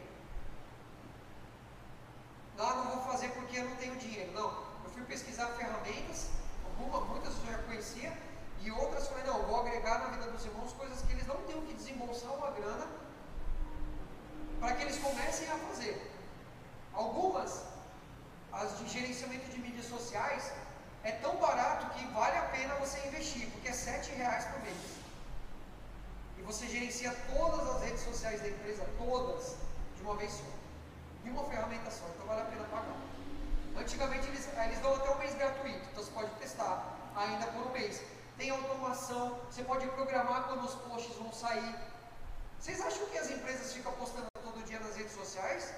Não vou fazer porque eu não tenho dinheiro. Não, eu fui pesquisar ferramentas, muitas eu já conhecia, e outras falei, não, eu vou agregar na vida dos irmãos coisas que eles não tenham que desembolsar uma grana para que eles comecem a fazer. Algumas, as de gerenciamento de mídias sociais, é tão barato que vale a pena você investir, porque é R$7 por mês. E você gerencia todas as redes sociais da empresa, todas, de uma vez só. Em uma ferramenta só, então vale a pena pagar. Antigamente eles dão até um mês gratuito, então você pode testar ainda por um mês. Tem automação, você pode programar quando os posts vão sair. Vocês acham que as empresas ficam postando todo dia nas redes sociais?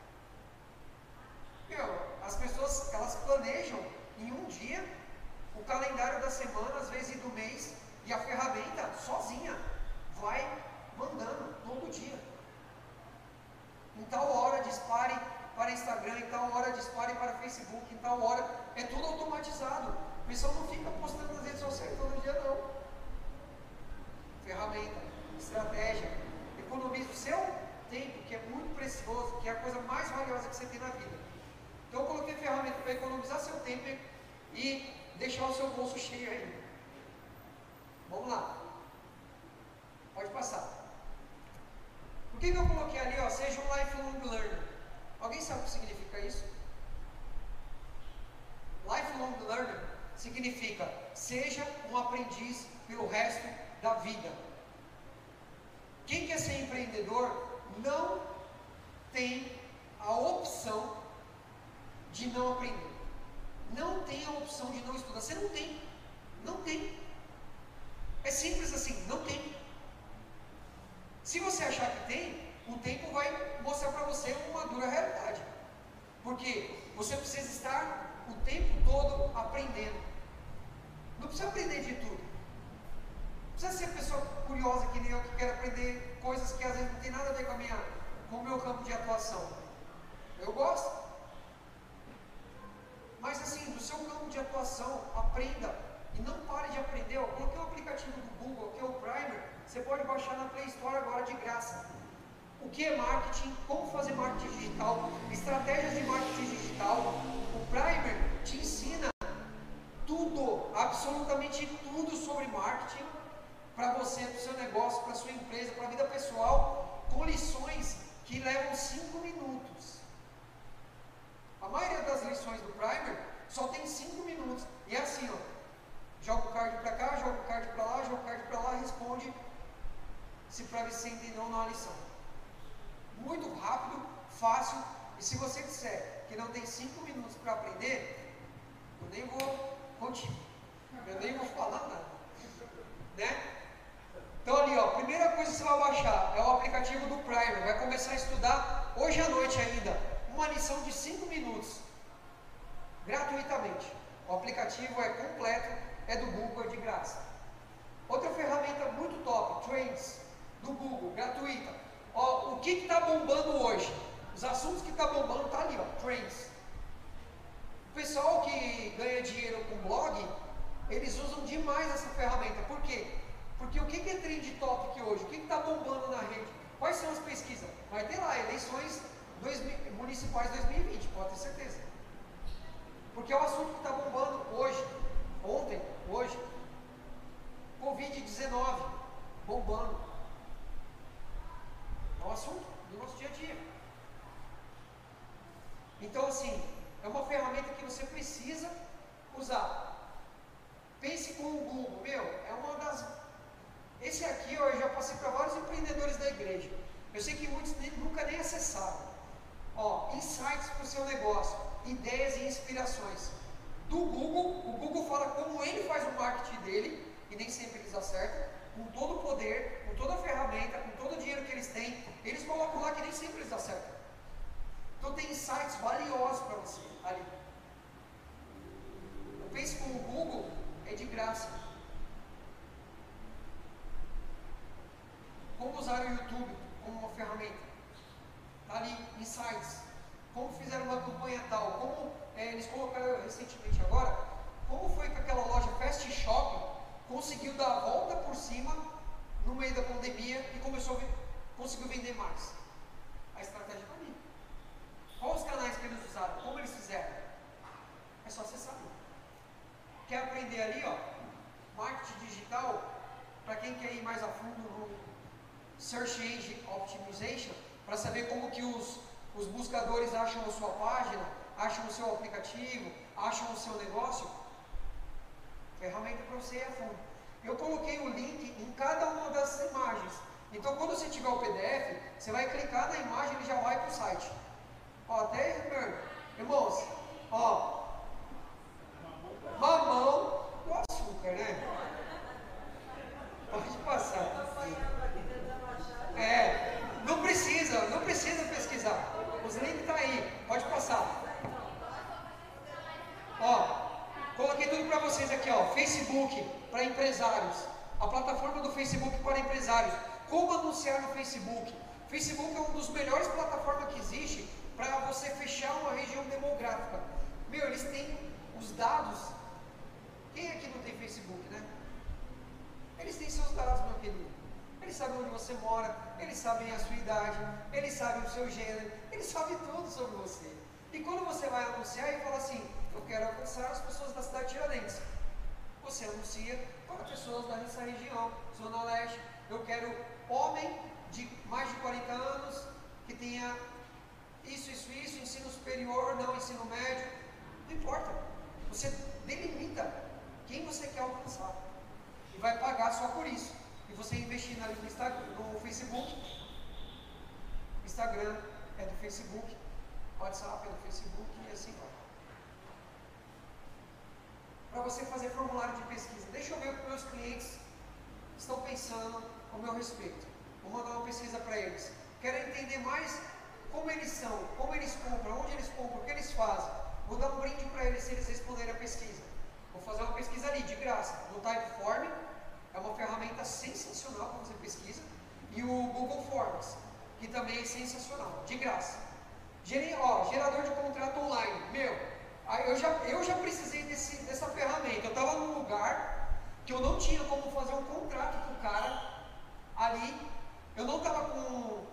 As pessoas, elas planejam em um dia o calendário da semana, às vezes do mês, e a ferramenta sozinha vai mandando todo dia. Em tal hora dispare para Instagram, em tal hora dispare para Facebook, em tal hora, é tudo automatizado. O pessoal não fica postando nas redes sociais todo dia não. Ferramenta, estratégia, economiza o seu tempo, que é muito precioso, que é a coisa mais valiosa que você tem na vida. Então eu coloquei ferramenta para economizar seu tempo e deixar o seu bolso cheio aí. Vamos lá. Pode passar. Por que eu coloquei ali, ó, seja um lifelong learner? Alguém sabe o que significa isso? Lifelong learner significa seja um aprendiz pelo resto da vida. Quem quer ser empreendedor não tem a opção de não aprender. Não tem a opção de não estudar. Você não tem. Não tem. É simples assim, não tem. Se você achar que tem, o tempo vai mostrar para você uma dura realidade. Porque você precisa estar o tempo todo aprendendo. Não precisa aprender de tudo. Não precisa ser pessoa curiosa que nem eu, que quer aprender coisas que às vezes não tem nada a ver com o meu campo de atuação. Eu gosto. Mas assim, do seu campo de atuação, aprenda. E não pare de aprender. Eu coloquei o aplicativo do Google, que é o Primer. Você pode baixar na Play Store agora de graça. O que é marketing, como fazer marketing digital, estratégias de marketing digital. O Primer te ensina tudo, absolutamente tudo sobre marketing para você, para o seu negócio, para a sua empresa, para a vida pessoal, com lições que levam 5 minutos. A maioria das lições do Primer só tem 5 minutos. E é assim, ó. Joga o card para cá, joga o card para lá, joga o card para lá, responde se para ver se você entendeu ou não a lição. Muito rápido, fácil. E se você disser que não tem 5 minutos para aprender, eu nem vou contigo. Eu nem vou falar nada. Né? Então ali, ó, primeira coisa que você vai baixar é o aplicativo do Primer. Vai começar a estudar hoje à noite ainda. Uma lição de 5 minutos. Gratuitamente. O aplicativo é completo, é do Google, é de graça. Outra ferramenta muito top, Trends, do Google, gratuita. Ó, o que está bombando hoje? Os assuntos que está bombando tá ali, ó, Trends. O pessoal que ganha dinheiro com blog, eles usam demais essa ferramenta. Por quê? Porque o que é trend topic hoje? O que está bombando na rede? Quais são as pesquisas? Vai ter lá, eleições municipais 2020, pode ter certeza. Porque é o assunto que está bombando hoje, ontem, hoje. Covid-19, bombando. É um assunto do nosso dia a dia. Então, assim, é uma ferramenta que você precisa usar. Pense com o Google, meu, é uma das... Esse aqui, ó, eu já passei para vários empreendedores da igreja. Eu sei que muitos nunca nem acessaram. Ó, insights para o seu negócio, ideias e inspirações. Do Google, o Google fala como ele faz o marketing dele, e nem sempre eles acertam, com todo o poder, com toda a ferramenta, com todo o dinheiro que eles têm, eles colocam lá que nem sempre eles acertam. Então tem insights valiosos para você ali. O Pense com o Google é de graça. Como usar o YouTube como uma ferramenta? Está ali, insights. Como fizeram uma campanha tal, como eles colocaram recentemente agora, como foi que aquela loja Fast Shop conseguiu dar a volta por cima no meio da pandemia e conseguiu vender mais. A estratégia está ali. Quais os canais que eles usaram? Como eles fizeram? É só você saber. Quer aprender ali, ó, marketing digital, para quem quer ir mais a fundo no Search Engine Optimization, para saber como que os buscadores acham a sua página, acham o seu aplicativo, acham o seu negócio, ferramenta para você ir a fundo. Eu coloquei o link em cada uma das imagens. Então, quando você tiver o PDF, você vai clicar na imagem e ele já vai para o site. Ó, até, irmãos, ó, mamão com açúcar, né? Pode passar. Não precisa pesquisar. Os links estão aí, pode passar. Ó, coloquei tudo para vocês aqui, ó. Facebook para empresários. A plataforma do Facebook para empresários. Como anunciar no Facebook? Facebook é uma das melhores plataformas que existe para você fechar uma região demográfica. Meu, eles têm os dados. Quem aqui não tem Facebook, né? Eles têm seus dados, meu querido. Eles sabem onde você mora, eles sabem a sua idade, eles sabem o seu gênero, eles sabem tudo sobre você. E quando você vai anunciar e fala assim, eu quero alcançar as pessoas da cidade de Tiradentes, você anuncia para pessoas dessa região, Zona Leste. Eu quero homem de mais de 40 anos, que tenha isso, ensino superior, não ensino médio, não importa. Você delimita quem você quer alcançar e vai pagar só por isso. E você investindo ali no Facebook, Instagram é do Facebook, WhatsApp é do Facebook e assim vai. Para você fazer formulário de pesquisa, deixa eu ver o que meus clientes estão pensando ao meu respeito. Vou mandar uma pesquisa para eles. Quero entender mais como eles são, como eles compram, onde eles compram, o que eles fazem. Vou dar um brinde para eles se eles responderem a pesquisa. Vou fazer uma pesquisa ali, de graça, no Typeform. É uma ferramenta sensacional para fazer pesquisa. E o Google Forms, que também é sensacional, de graça. Gerador de contrato online. Meu, eu já precisei dessa ferramenta. Eu estava num lugar que eu não tinha como fazer um contrato com o cara ali. Eu não estava com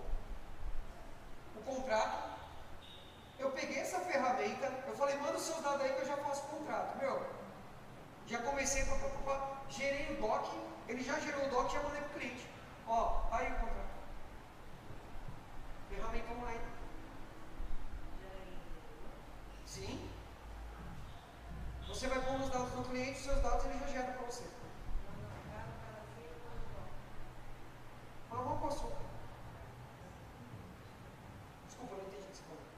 o contrato. Eu peguei essa ferramenta, eu falei, manda os seus dados aí que eu já faço o contrato. Meu, já comecei gerei o doc, ele já gerou o doc e já mandei para o cliente. Ó, tá aí o contrato. Ferramenta online. Sim. Você vai pôr os dados do cliente, os seus dados ele já gera para você. Mamão com açúcar. Desculpa, não entendi o que você falou.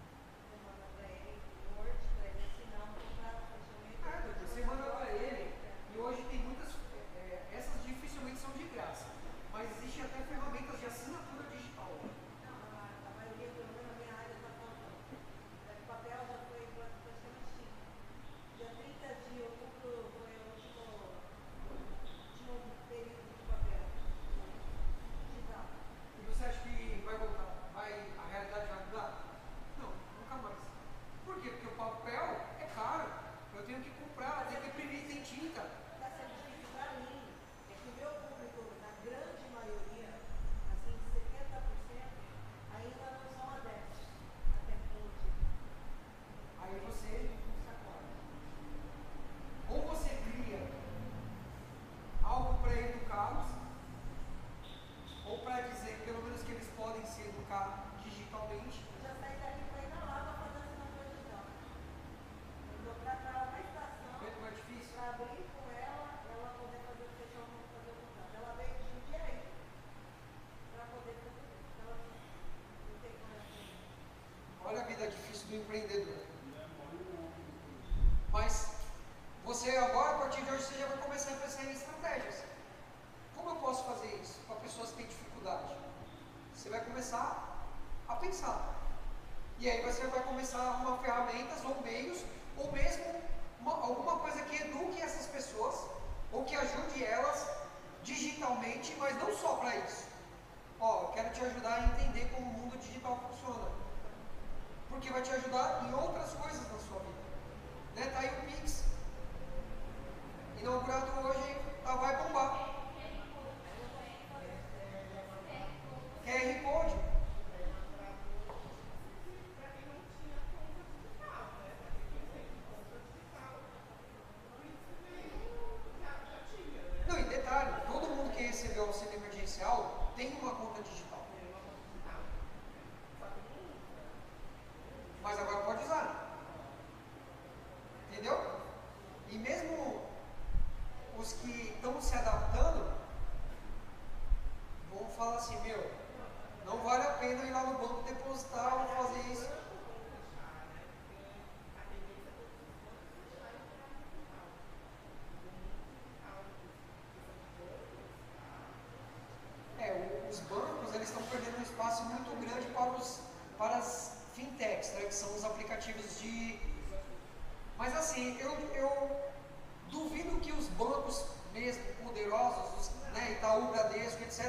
Você manda para ele, e hoje tem muitas, essas dificilmente são de graça, mas existem até ferramentas de assinatura digital. A maioria, pelo menos na minha área, está faltando. O papel já foi praticamente extinto. Dia 30 de outubro foi o último período de papel digital. E você acha que vai voltar? A realidade vai mudar? Não, nunca mais. Por quê? Porque o papel é caro. Eu tenho que comprar, eu tenho que imprimir, tem tinta. Está sendo difícil para mim. É que o meu público, na grande maioria, assim, 70%, ainda não são adeptos à tecnologia. Aí você ou você cria algo para educá-los, ou para dizer pelo menos que eles podem se educar digitalmente. Eu já saí daqui para ir na Lava fazer assinatura digital. Eu vou para na estação, Muito mais difícil. para abrir com ela poder fazer o contrato. Ela veio de Jundiaí para poder fazer isso. Ela começar a pensar. E aí você vai começar a arrumar ferramentas ou meios, ou mesmo alguma coisa que eduque essas pessoas, ou que ajude elas digitalmente, mas não só para isso. Ó, eu quero te ajudar a entender como o mundo digital funciona. Porque vai te ajudar em outras coisas na sua vida. Né? Tá aí o Pix, inaugurado hoje, vai bombar. QR Code. Não, e detalhe, todo mundo que recebeu o auxílio emergencial tem uma conta digital. Mas agora pode usar. Entendeu? E mesmo os que estão se adaptando vão falar assim, meu, não vale a pena ir lá no banco depositar ou fazer isso. Os bancos eles estão perdendo um espaço muito grande para as fintechs, né, que são os aplicativos de... Mas assim, eu duvido que os bancos mesmo poderosos, né, Itaú, Bradesco, etc.,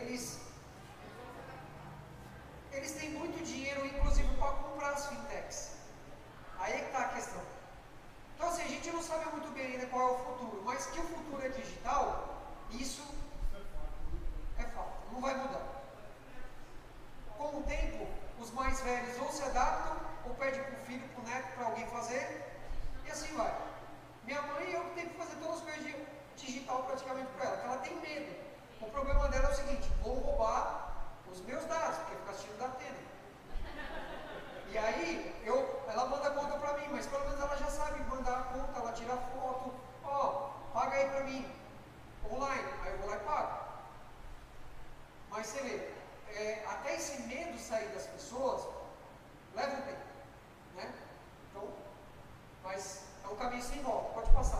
eles têm muito dinheiro, inclusive, para comprar as fintechs. Aí é que está a questão. Então assim, a gente não sabe muito bem ainda qual é o futuro, mas que o futuro é digital, isso é fato, não vai mudar. Com o tempo, os mais velhos ou se adaptam, ou pedem para o filho, para o neto, para alguém fazer, e assim vai. Minha mãe, eu tenho que fazer todas as coisas digital praticamente para ela, porque ela tem medo. O problema dela é o seguinte, vou roubar os meus dados, porque fica assistindo da Atena. E aí, ela manda a conta para mim, mas pelo menos ela já sabe mandar a conta, ela tira a foto, ó, paga aí para mim, online, aí eu vou lá e pago. Mas você vê, até esse medo sair das pessoas, leva um tempo, né? Então, mas é um caminho sem volta, pode passar.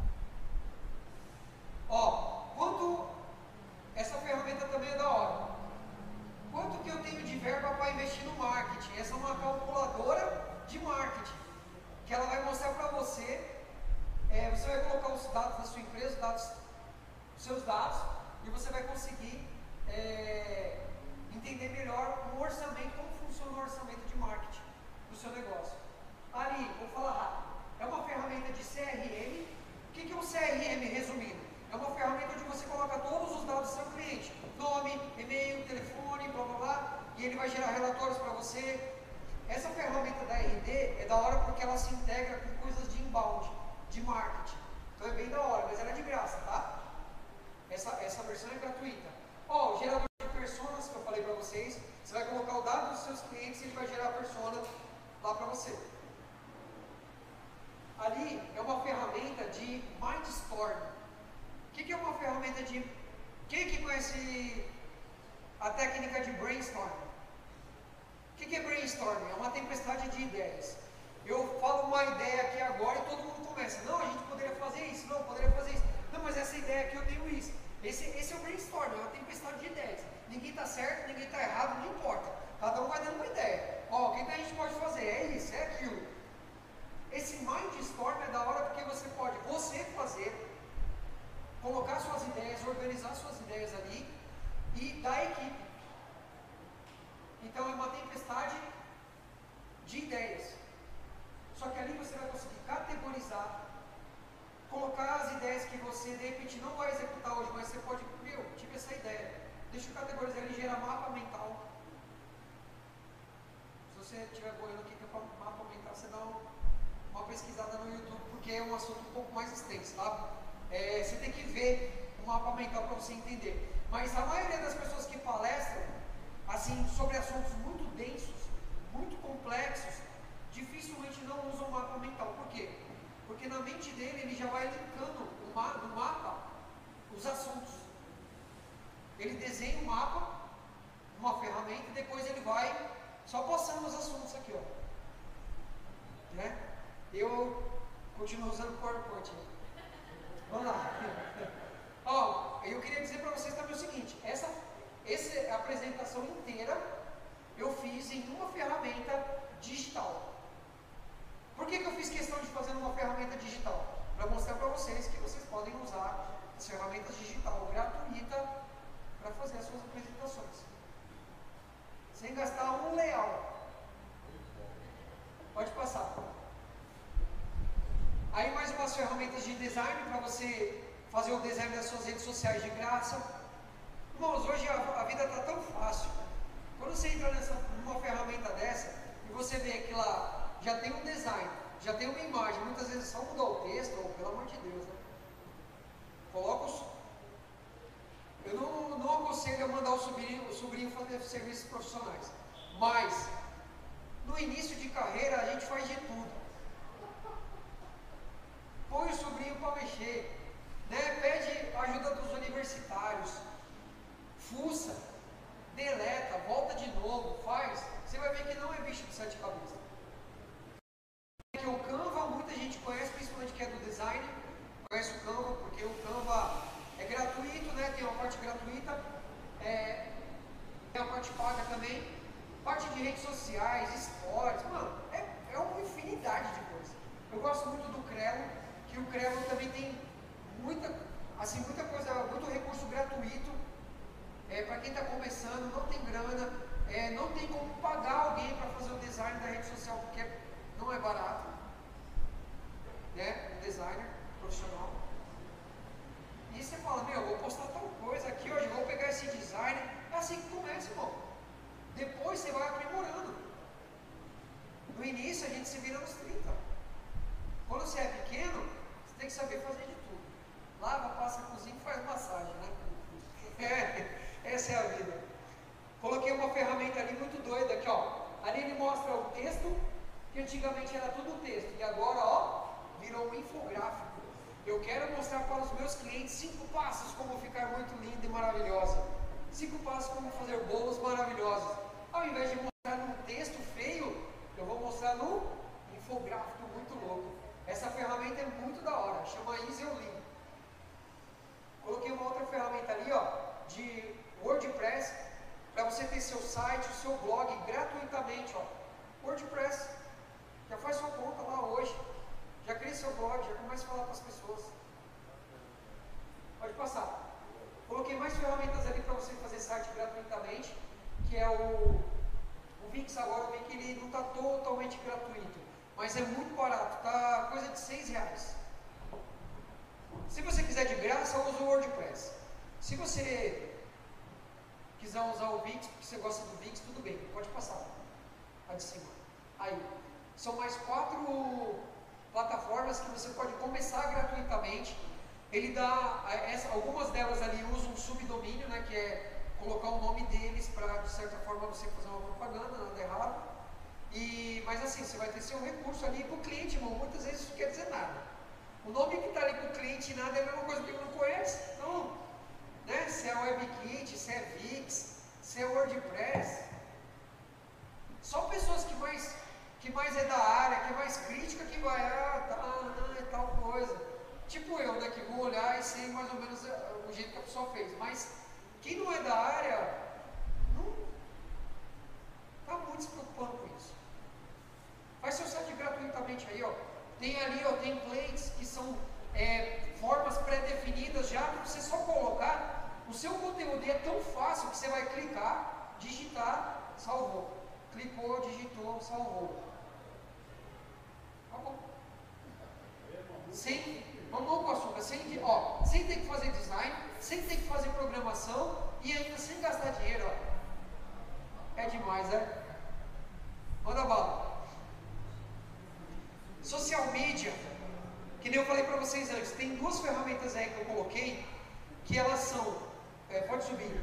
Ó, quanto, essa ferramenta também é da hora. Quanto que eu tenho de verba para investir no marketing? Essa é uma calculadora de marketing, que ela vai mostrar para você, você vai colocar os dados da sua empresa, os seus dados, e você vai conseguir entender melhor o orçamento, como funciona o orçamento de marketing do seu negócio. Ali, vou falar rápido, é uma ferramenta de CRM. O que é um CRM resumindo? É uma ferramenta onde você coloca todos os dados do seu cliente, nome, e-mail, telefone, blá blá blá, e ele vai gerar relatórios para você. Essa ferramenta da RD é da hora porque ela se integra com coisas de inbound, de marketing. Então é bem da hora, mas ela é de graça, tá? Essa versão é gratuita. Ó, o gerador de personas que eu falei para vocês, você vai colocar o dado dos seus clientes e ele vai gerar a persona lá para você. Ali é uma ferramenta de Mindstorm. O que é uma ferramenta de... Quem que conhece a técnica de brainstorm? O que é brainstorm? É uma tempestade de ideias. Eu falo uma ideia aqui agora e todo mundo começa. Não, a gente poderia fazer isso. Não, poderia fazer isso. Não, mas essa ideia aqui eu tenho isso. Esse é o brainstorm, é uma tempestade de ideias. Ninguém está certo, ninguém está errado, não importa. Cada um vai dando uma ideia. Ó, o que a gente pode fazer? É isso, é aquilo. Esse Mindstorm é da hora porque você pode fazer, colocar suas ideias, organizar suas ideias ali e dar equipe. Então é uma tempestade de ideias. Só que ali você vai conseguir categorizar, colocar as ideias que você de repente não vai executar hoje, mas você pode, tive essa ideia, deixa eu categorizar ele e gerar mapa mental. Se você estiver boiando aqui que é mapa mental, você dá uma pesquisada no YouTube, porque é um assunto um pouco mais extenso, tá? Você tem que ver o mapa mental para você entender. Mas a maioria das pessoas que palestram, assim, sobre assuntos muito densos, muito complexos, dificilmente não usam o mapa mental. Por quê? Porque na mente dele ele já vai linkando no mapa os assuntos. Ele desenha um mapa, uma ferramenta, e depois ele vai só passando os assuntos aqui, ó. Né? Eu continuo usando o PowerPoint. Vamos lá. Ó, eu queria dizer para vocês também o seguinte, essa apresentação inteira digital, para mostrar para vocês que vocês podem usar as ferramentas digital gratuita para fazer as suas apresentações, sem gastar um real. Pode passar. Aí mais umas ferramentas de design para você fazer o design das suas redes sociais de graça. Irmãos, hoje a vida está tão fácil. Quando você entra numa ferramenta dessa e você vê que lá já tem um design, já tem uma imagem, muitas vezes só mudar o texto, ou pelo amor de Deus, né? Coloca os... Eu não aconselho a mandar o sobrinho fazer serviços profissionais, mas no início de carreira a gente faz de tudo. Põe o sobrinho para mexer, né? Pede ajuda dos universitários, fuça, deleta, volta de novo, faz. Você vai ver que não é bicho de sete cabeças. Que o Canva muita gente conhece, principalmente que é do design, conhece o Canva, porque o Canva é gratuito, né? Tem uma parte gratuita, tem a parte paga também, parte de redes sociais, stories, mano, é uma infinidade de coisas. Eu gosto muito do Crelo, que o Crelo também tem muita coisa, muito recurso gratuito, para quem está começando, não tem grana, não tem como pagar alguém para fazer o design da rede social, porque não é barato, né? Um designer profissional. E você fala, eu vou postar tal coisa aqui hoje, eu vou pegar esse design. É assim que começa, irmão. Depois você vai aprimorando. No início a gente se vira nos 30. Quando você é pequeno, você tem que saber fazer de tudo. Lava, passa, cozinha e faz massagem, né? Essa é a vida. Coloquei uma ferramenta ali muito doida aqui, ó. Ali ele mostra o texto, que antigamente era tudo texto, e agora, ó, virou um infográfico. Eu quero mostrar para os meus clientes 5 passos como ficar muito linda e maravilhosa. 5 passos como fazer bolos maravilhosos. Ao invés de mostrar num texto feio, eu vou mostrar no infográfico muito louco. Essa ferramenta é muito da hora, chama EasyOnly. Coloquei uma outra ferramenta ali, ó, de WordPress, para você ter seu site, o seu blog gratuitamente, ó. WordPress, já faz sua conta lá hoje, já cria seu blog, já começa a falar para as pessoas. Pode passar. Coloquei mais ferramentas ali para você fazer site gratuitamente, que é o Wix. Agora eu vi que ele não está totalmente gratuito, mas é muito barato, tá coisa de R$6. Se você quiser de graça, usa o WordPress. Se você quiser usar o Wix, porque você gosta do Wix, tudo bem, pode passar. A de cima. Aí, são mais 4 plataformas que você pode começar gratuitamente. Ele dá, algumas delas ali usam um subdomínio, né, que é colocar o nome deles para, de certa forma, você fazer uma propaganda, nada errado. Mas assim, você vai ter seu recurso ali para o cliente, irmão. Muitas vezes isso não quer dizer nada. O nome que está ali para o cliente nada é a mesma coisa que ele não conhece. Então, né, se é WebKit, se é Wix, se é WordPress, só pessoas que mais é da área, que é mais crítica, que vai, é tal coisa. Tipo eu, né, que vou olhar e sei mais ou menos o jeito que a pessoa fez. Mas quem não é da área, não está muito se preocupando com isso. Faz seu site gratuitamente aí, ó. Tem ali, ó, templates que são formas pré-definidas já, para você só colocar. O seu conteúdo é tão fácil que você vai clicar, digitar, salvou. Clicou, digitou, salvou. Acabou. Sem mamão com açúcar, sem ter que fazer design, sem ter que fazer programação e ainda sem gastar dinheiro, ó. É demais, né? Manda bala. Social media, que nem eu falei para vocês antes, tem 2 ferramentas aí que eu coloquei, que elas são, pode subir,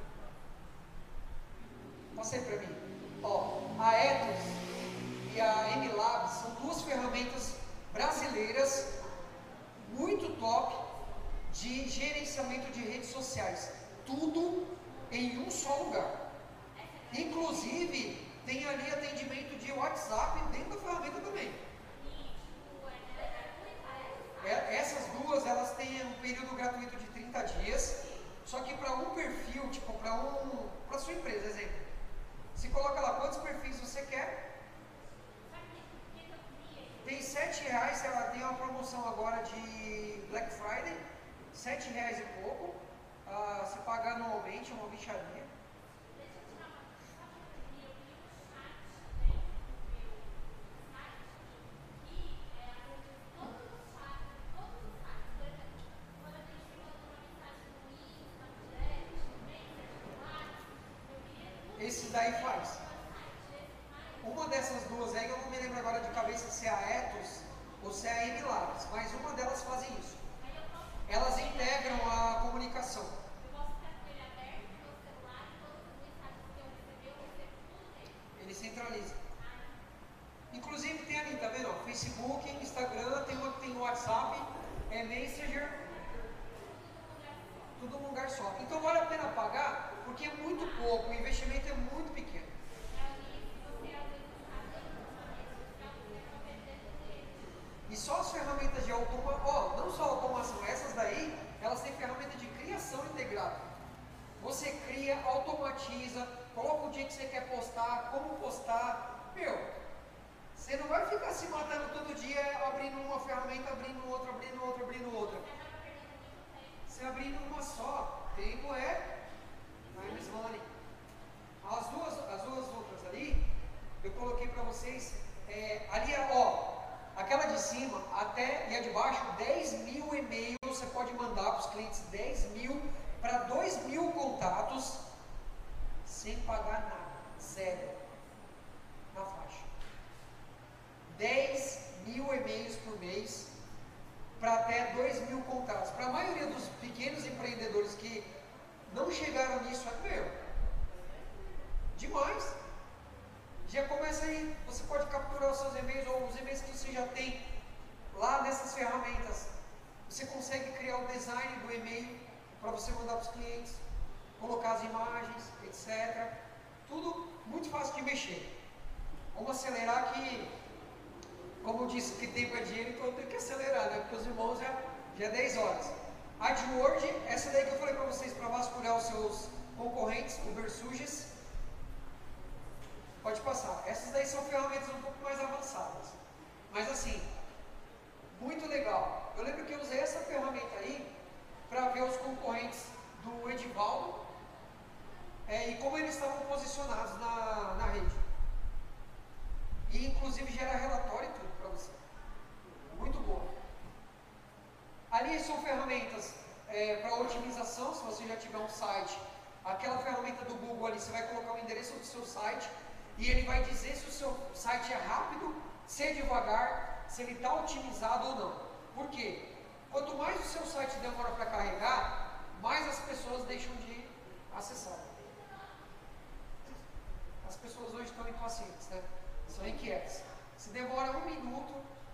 passa aí para mim, ó, a Ethos e a MLabs são 2 ferramentas brasileiras muito top de gerenciamento de redes sociais, tudo em um só lugar. Inclusive tem ali atendimento de WhatsApp dentro da ferramenta também. Essas 2, elas têm um período gratuito de 30 dias, só que para um perfil, tipo para sua empresa, exemplo, você coloca lá quantos perfis você quer, tem 7 R$7, ela tem uma promoção agora de Black Friday, R$7 e pouco. Se pagar anualmente, é uma bicharia. Esse daí faz. Uma dessas duas aí, eu não me lembro agora de cabeça se é a Ethos ou se é a Emilares, mas uma delas fazem isso. Elas integram a comunicação. Ele centraliza. Inclusive tem ali, tá vendo? Facebook, Instagram, tem uma que tem WhatsApp, Messenger, tudo num lugar só. Então vale a pena pagar, porque é muito pouco, o investimento é muito pequeno. E só as ferramentas de automação, não só automação, essas daí, elas têm ferramenta de criação integrada. Você cria, automatiza, coloca o dia que você quer postar, como postar. Você não vai ficar se matando todo dia abrindo uma ferramenta, abrindo outra, abrindo outra, abrindo outra. Você abrindo uma só, tempo é time is money. As duas outras ali, eu coloquei para vocês, ali aquela de cima e a de baixo, 10 mil e-mails você pode mandar para os clientes, 10 mil para 2 mil contatos, sem pagar nada, zero, na faixa. 10 mil e-mails por mês, para até 2 mil contatos. Para a maioria dos pequenos empreendedores que não chegaram nisso, demais. Já começa aí, você pode capturar os seus e-mails ou os e-mails que você já tem lá nessas ferramentas. Você consegue criar o design do e-mail para você mandar para os clientes, colocar as imagens, etc. Tudo muito fácil de mexer. Vamos acelerar que, como eu disse que tempo é dinheiro, então eu tenho que acelerar, né? Porque os irmãos já é 10 horas. A AdWord, essa daí que eu falei para vocês, para vasculhar os seus concorrentes, o Versuges. Pode passar. Essas daí são ferramentas um pouco mais avançadas. Mas assim, muito legal. Eu lembro que eu usei essa ferramenta aí para ver os concorrentes do Edivaldo e como eles estavam posicionados na rede. E inclusive gera relatório e tudo para você. Muito bom. Ali são ferramentas para otimização, se você já tiver um site. Aquela ferramenta do Google ali, você vai colocar o endereço do seu site e ele vai dizer se o seu site é rápido, se é devagar, se ele está otimizado ou não. Por quê? Quanto mais o seu site demora para carregar, mais as pessoas deixam de acessar. As pessoas hoje estão impacientes, né? São inquietas. Se demora 1 minuto,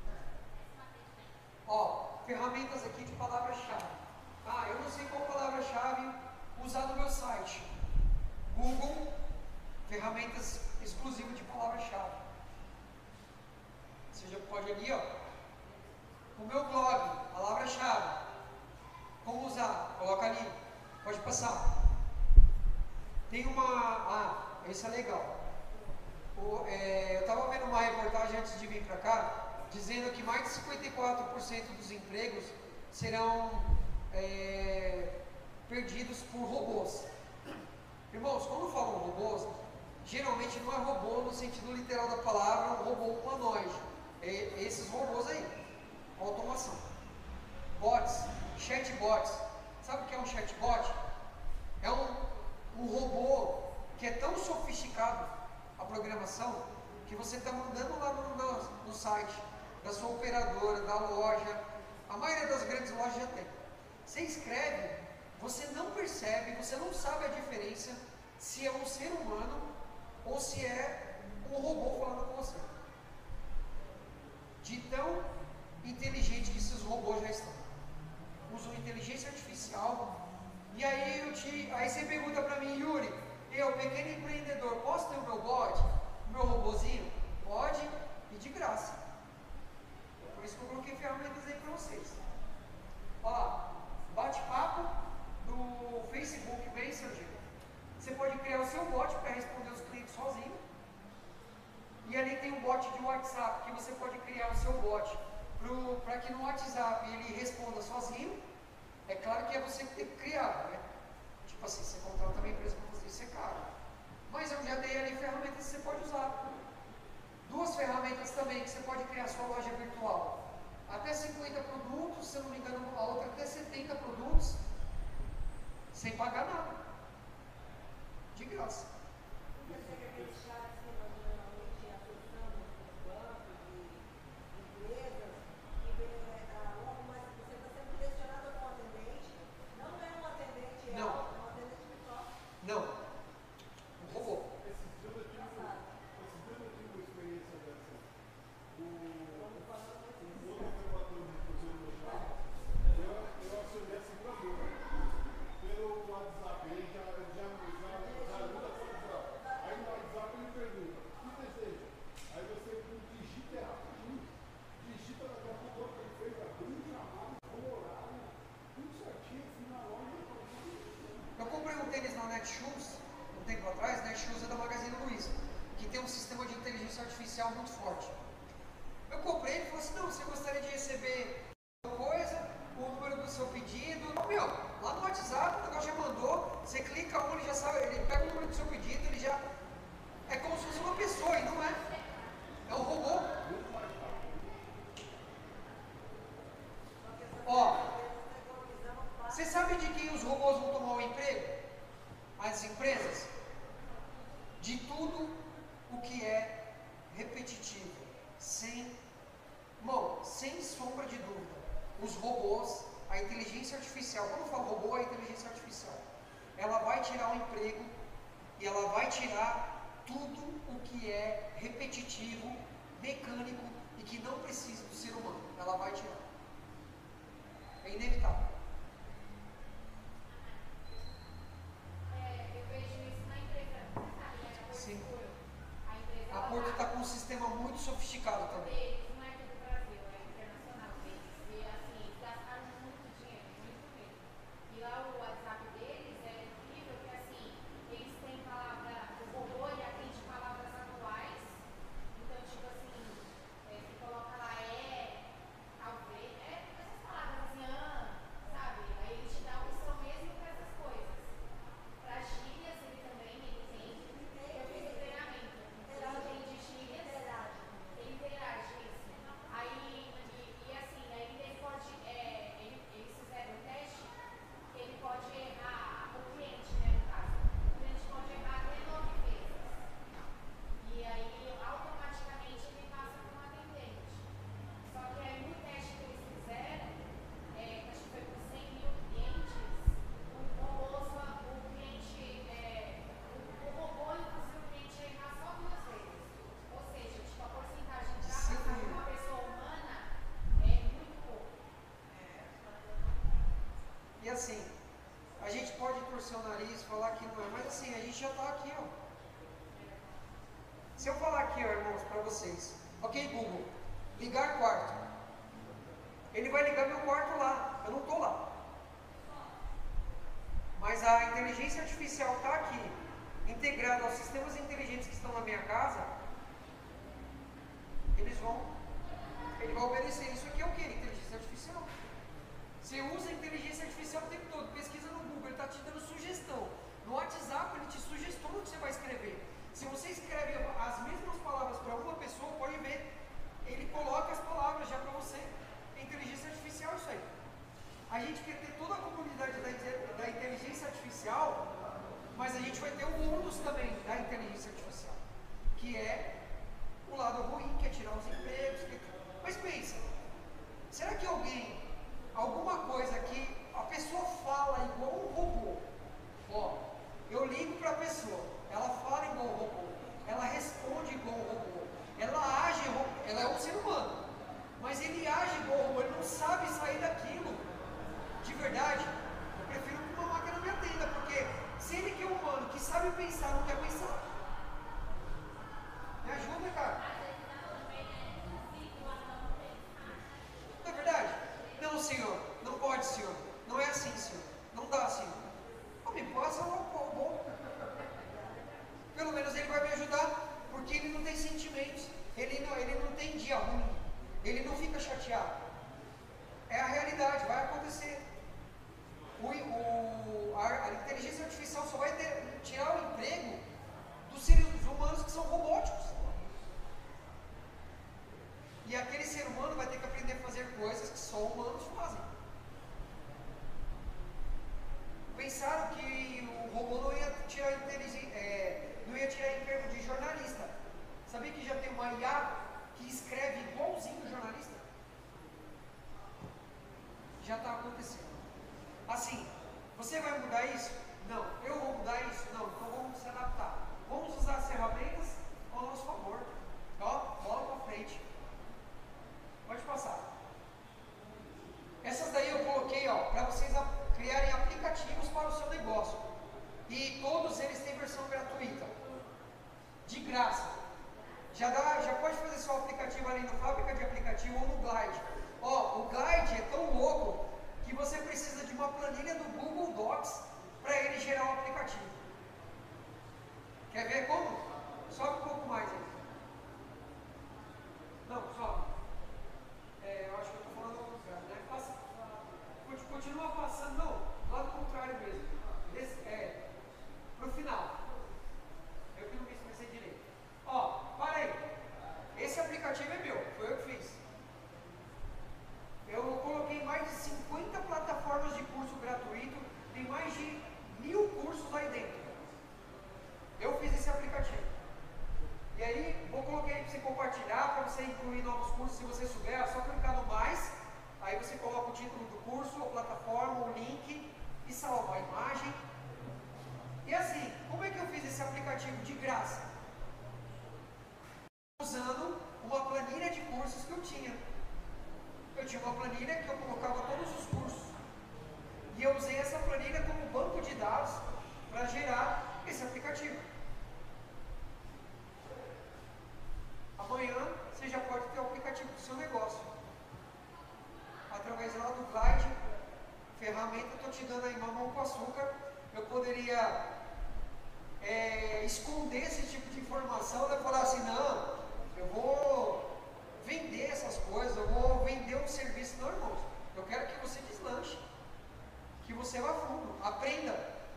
ferramentas aqui de palavra-chave. Eu não sei qual palavra-chave usar no meu site. Google, ferramentas exclusivas de palavra-chave. Você já pode ali, o meu blog, palavra-chave. Como usar? Coloca ali. Pode passar. Tem esse é legal. Eu estava vendo uma reportagem antes de vir para cá, dizendo que mais de 54% dos empregos serão perdidos por robôs. Irmãos, quando falam robôs, geralmente não é robô no sentido literal da palavra, é um robô humanoide. Esses robôs aí, automação. Bots, chatbots. Sabe o que é um chatbot? É um robô que é tão sofisticado a programação que você está mandando lá no site da sua operadora, da loja. A maioria das grandes lojas já tem. Você escreve, você não percebe, você não sabe a diferença se é um ser humano ou se é um robô falando com você. De tão inteligente que esses robôs já estão. Usam inteligência artificial. E aí você pergunta para mim, Yuri, eu, pequeno empreendedor, posso ter o meu bot, o meu robozinho? Pode, e de graça. Por isso que eu coloquei ferramentas aí para vocês. Bate-papo do Facebook Messenger. Você pode criar o seu bot para responder os clientes sozinho. E ali tem um bot de WhatsApp, que você pode criar o seu bot. para que no WhatsApp ele responda sozinho, é claro que é você que tem que criar, né? Tipo assim, você contrata uma empresa para fazer isso, é caro. Mas eu já dei ali ferramentas que você pode usar. Duas ferramentas também que você pode criar sua loja virtual. Até 50 produtos, se eu não me engano, a outra até 70 produtos, sem pagar nada. De graça. Nunca chega aqueles chats que nós geralmente acessamos nos bancos e empresas, que vê logo mais você está sendo direcionado com um atendente, não é um atendente real, é um atendente virtual. Não. Um robô. Esses dias eu tive uma experiência dessa. O outro relatório de recursos do chá, eu acionei a seguradora pelo WhatsApp. Ele já ajuda com o WhatsApp. Aí no WhatsApp ele pergunta: o que deseja? Aí você digita rapidinho, digita daqui a pouco o que ele fez, abriu, chamado, com horário, tudo certinho, assim na loja. Eu comprei um tênis na Netshoes, um tempo atrás. Netshoes é da Magazine Luiza, que tem um sistema de inteligência artificial muito forte. Eu comprei, ele falou assim, não, você gostaria de receber coisa, o número do seu pedido. Não, meu, lá no WhatsApp o negócio já mandou, você clica ele já sabe, ele pega o número do seu pedido, ele já... É como se fosse uma pessoa, e não é. É um robô. Ó, você sabe de quem os robôs vão tomar o emprego? As empresas? De tudo o que é repetitivo, sem sombra de dúvida. Os robôs, a inteligência artificial, quando eu falo robô, é a inteligência artificial. Ela vai tirar o emprego e ela vai tirar tudo o que é repetitivo, mecânico e que não precisa do ser humano. Ela vai tirar. É inevitável. Eu vejo isso na empresa, sabe? Sim. A empresa A Porto está com um sistema muito sofisticado também. deles não é aqui do Brasil, é internacional deles. E assim, gastaram muito dinheiro, muito mesmo. E lá o WhatsApp deles é incrível que assim, eles têm palavra, o robô ele atende palavras atuais. Então, tipo assim, você coloca lá talvez, essas palavras assim, sabe? Aí ele te dá a opção mesmo para essas coisas. Para gírias ele também, ele tem. Eu fiz o treinamento. Ele entende gírias, ele interage isso. Aí, e assim, aí ele pode, eles fizeram um teste, que ele pode errar, o cliente, né, no caso. O cliente pode errar até 9 vezes. E aí, automaticamente, ele passa para um atendente. Só que aí, no teste que eles fizeram, acho que foi com 100 mil clientes, o robô, inclusive, o cliente ia errar só 2 vezes. Ou seja, tipo, a porcentagem de passar de uma pessoa humana é muito pouco. E assim, a gente pode torcer o nariz, falar que não é, mas assim, a gente já está aqui, ó. Se eu falar aqui, ó, irmãos, para vocês, ok, Google, ligar quarto. Ele vai ligar meu quarto lá, eu não estou lá. Mas a inteligência artificial está aqui, integrada aos sistemas inteligentes que estão na minha casa. Ele vai obedecer. Isso aqui é o que? Inteligência artificial. Você usa a inteligência artificial o tempo todo, pesquisa no Google, ele está te dando sugestão. No WhatsApp ele te sugestiona o que você vai escrever. Se você escreve as mesmas palavras para uma pessoa, pode ver, ele coloca as palavras já para você. É inteligência artificial isso aí. A gente quer ter toda a comunidade da inteligência artificial, mas a gente vai ter o ônus também da inteligência artificial, que é o lado ruim, que é tirar os empregos. Mas pensa, será que alguma coisa que a pessoa fala igual um robô? Ó, eu ligo para a pessoa, ela fala igual um robô, ela responde igual um robô, ela age, ela é um ser humano, mas ele age igual um robô, ele não sabe sair daquilo. De verdade, eu prefiro que uma máquina me atenda, porque se ele que é humano, que sabe pensar, não quer pensar, me ajuda, cara. Não é verdade? Não, senhor, não pode, senhor. Não é assim, senhor. Não dá, senhor. Não me passa o robô. Pelo menos ele vai me ajudar, porque ele não tem sentimentos. Ele não tem dia ruim. Ele não fica chateado. chateado. É a realidade, vai acontecer. A inteligência artificial só vai tirar o emprego dos seres humanos que são robóticos. E aquele ser humano vai ter que aprender a fazer coisas que só humanos fazem. Pensaram que o robô não ia tirar emprego de jornalista. Sabia que já tem uma IA que escreve igualzinho o jornalista? Já está acontecendo. Assim, você vai mudar isso? Não. Eu vou mudar isso? Não. Então vamos se adaptar. Vamos usar as ferramentas ao nosso favor. Ó, bola para frente. Pode passar. Essas daí eu coloquei, ó, para vocês criarem aplicativos para o seu negócio. E todos eles têm versão gratuita. De graça. Já pode fazer seu aplicativo ali no Fábrica de Aplicativo ou no Glide. Ó, o Glide é tão louco que você precisa de uma planilha do Google Docs para ele gerar um aplicativo. Quer ver como? Sobe um pouco mais aí. Não, sobe. Eu acho que eu estou falando ao contrário, né? Continua passando, não, lá do contrário mesmo. Pro final. Eu que não me expressei direito. Ó, para aí. Esse aplicativo é meu, foi eu que fiz. Eu coloquei mais de 50 plataformas de curso gratuito, tem mais de 1000 cursos aí dentro. Eu fiz esse aplicativo. E aí, vou colocar aí para você compartilhar, para você incluir novos cursos, se você souber, é só clicar no mais, aí você coloca o título do curso, a plataforma, o link e salva a imagem. E assim, como é que eu fiz esse aplicativo de graça? Usando uma planilha de cursos que eu tinha. Eu tinha uma planilha que eu colocava todos os cursos. E eu usei essa planilha como banco de dados para gerar esse aplicativo. Amanhã você já pode ter o aplicativo do seu negócio. Através lá do Glide, ferramenta, estou te dando aí mamão com açúcar. Eu poderia esconder esse tipo de informação, né? Falar assim, não, eu vou vender essas coisas, eu vou vender um serviço. Não, irmãos, eu quero que você deslanche, que você vá fundo, aprenda.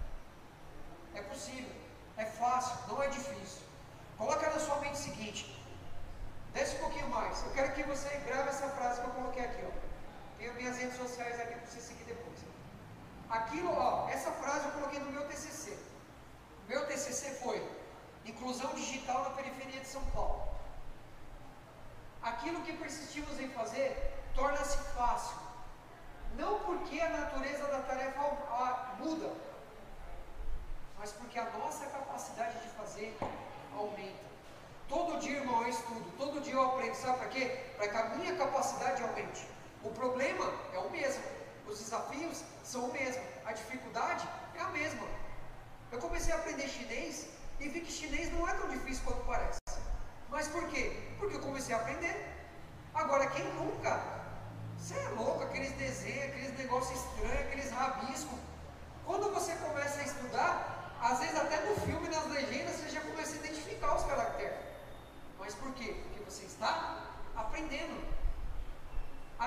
É possível, é fácil, não é difícil. Coloca na sua mente o seguinte, desce um pouquinho mais, eu quero que você grave essa frase que eu coloquei aqui, ó. Tenho minhas redes sociais aqui para você seguir depois. Aquilo, ó, essa frase eu coloquei no meu TCC. Meu TCC foi Inclusão Digital na Periferia de São Paulo. Aquilo que persistimos em fazer torna-se fácil. Não porque a natureza da tarefa muda, mas porque a nossa capacidade de fazer aumenta. Todo dia, irmão, eu estudo, todo dia eu aprendo. Sabe para quê? Para que a minha capacidade aumente. O problema é o mesmo, os desafios são o mesmo, a dificuldade é a mesma. Eu comecei a aprender chinês e vi que chinês não é tão difícil quanto parece. Mas por quê? Porque eu comecei a aprender. Agora, quem nunca? Você é louco, aqueles desenhos, aqueles negócios estranhos, aqueles rabiscos. Quando você começa a estudar, às vezes até no filme, nas legendas, você já começa a identificar os caracteres. Mas por quê? Porque você está aprendendo. A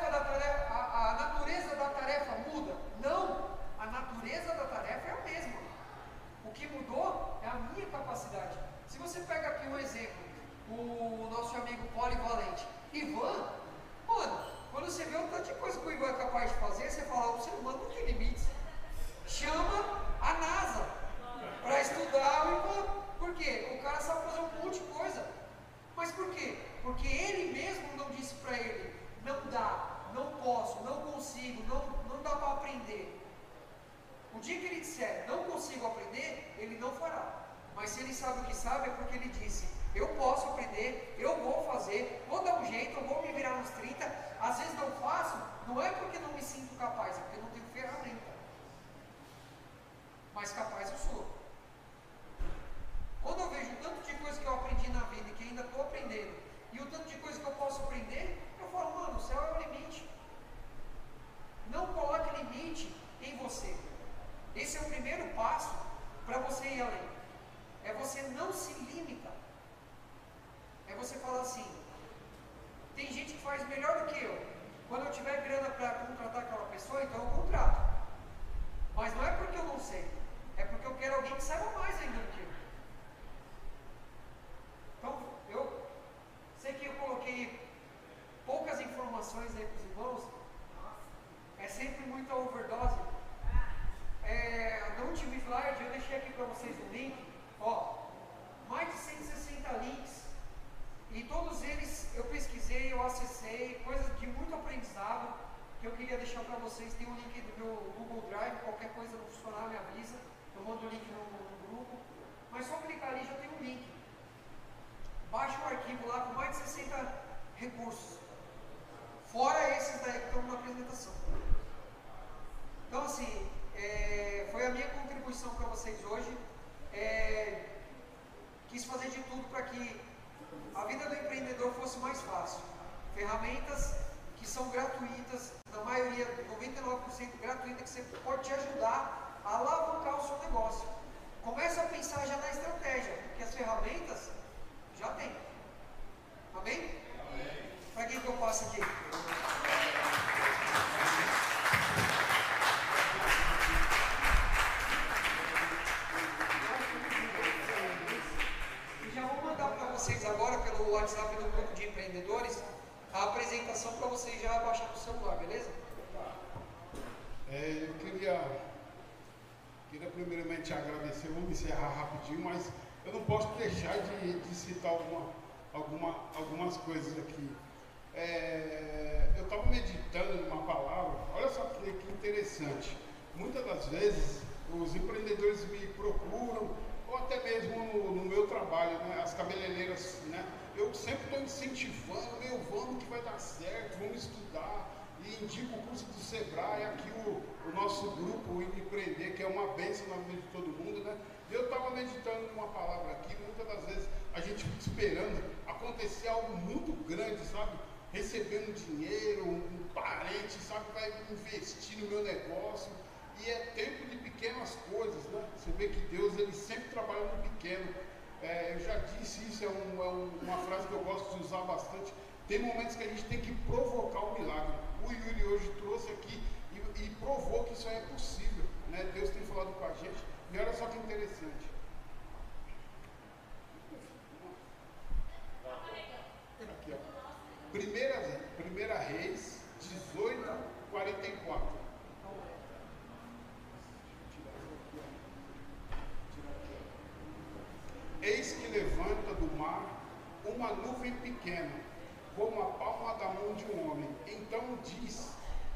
natureza da tarefa muda? Não, a natureza da tarefa é a mesma. O que mudou é a minha capacidade. Se você pega aqui um exemplo, o nosso amigo polivalente, Ivan, mano, quando você vê o tanto de coisa que o Ivan é capaz de fazer, você fala, o ser humano não tem limites. Chama a NASA para estudar o Ivan. Por quê? O cara sabe fazer um monte de coisa. Mas por quê? Porque ele mesmo não disse para ele, não dá, não posso, não consigo, não dá para aprender. O dia que ele disser, não consigo aprender, ele não fará. Mas se ele sabe o que sabe, é porque ele disse, eu posso aprender, eu vou fazer, vou dar um jeito, eu vou me virar nos 30. Às vezes não faço, não é porque não me sinto capaz, é porque não tenho ferramenta. Mas capaz eu sou. Quando eu vejo o tanto de coisa que eu aprendi na vida e que ainda estou aprendendo, e o tanto de coisa que eu posso aprender, eu falo, mano, o céu é o limite. Não coloque limite em você. Esse é o primeiro passo para você ir além. É você não se limitar. É você falar assim, tem gente que faz melhor do que eu. arquivo lá com mais de 60 recursos. Fora esses daí que estão na apresentação. Então, assim, foi a minha contribuição para vocês hoje. Quis fazer de tudo para que a vida do empreendedor fosse mais fácil. Ferramentas que são gratuitas, na maioria, 99% gratuita, que você pode te ajudar a alavancar o seu negócio. Começa a pensar já na estratégia, porque as ferramentas já tem. Amém? Para quem que eu passo aqui? E já vou mandar para vocês agora, pelo WhatsApp do grupo de empreendedores, a apresentação para vocês já baixar no celular, beleza? Eu queria primeiramente agradecer, vamos encerrar rapidinho, mas eu não posso deixar de citar algumas coisas aqui. Eu estava meditando numa palavra, olha só que interessante. Muitas das vezes os empreendedores me procuram, ou até mesmo no meu trabalho, né, as cabeleireiras, né, eu sempre estou incentivando, vamos que vai dar certo, vamos estudar, e indico o curso do Sebrae, aqui o nosso grupo, o Empreender, que é uma bênção na vida de todo mundo, né? Eu estava meditando numa palavra aqui, muitas das vezes a gente fica esperando acontecer algo muito grande, sabe? Recebendo dinheiro, um parente, sabe, vai investir no meu negócio, e é tempo de pequenas coisas, né? Você vê que Deus, ele sempre trabalha no pequeno. Eu já disse isso, uma frase que eu gosto de usar bastante. Tem momentos que a gente tem que provocar o milagre. O Yuri hoje trouxe aqui e provou que isso é possível, né? Deus tem falado com a gente. E olha só que interessante. Aqui, ó. Primeira Reis 18:44. Eis que levanta do mar uma nuvem pequena, como a palma da mão de um homem. Então diz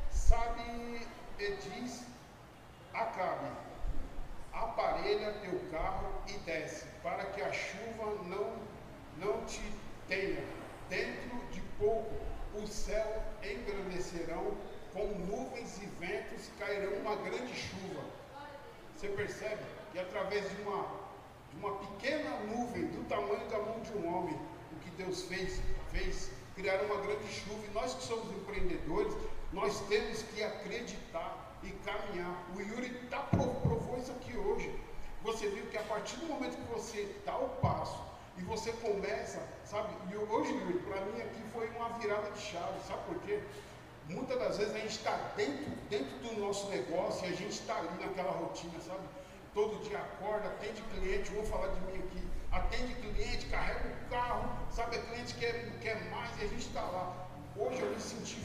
Acabe, aparelha teu carro e desce, para que a chuva não te tenha. Dentro de pouco o céu engrandecerão, com nuvens e ventos cairão uma grande chuva. Você percebe que através de uma pequena nuvem do tamanho da mão de um homem, o que Deus fez criar uma grande chuva. E nós que somos empreendedores, nós temos que acreditar e caminhar. O Yuri provou isso aqui hoje. Você viu que a partir do momento que você dá o passo e você começa, sabe, e hoje, Yuri, para mim aqui foi uma virada de chave, sabe por quê? Muitas das vezes a gente está dentro do nosso negócio e a gente está ali naquela rotina, sabe? Todo dia acorda, atende cliente, vou falar de mim aqui, atende cliente, carrega o carro, sabe, a cliente quer mais e a gente está lá. Hoje eu me senti,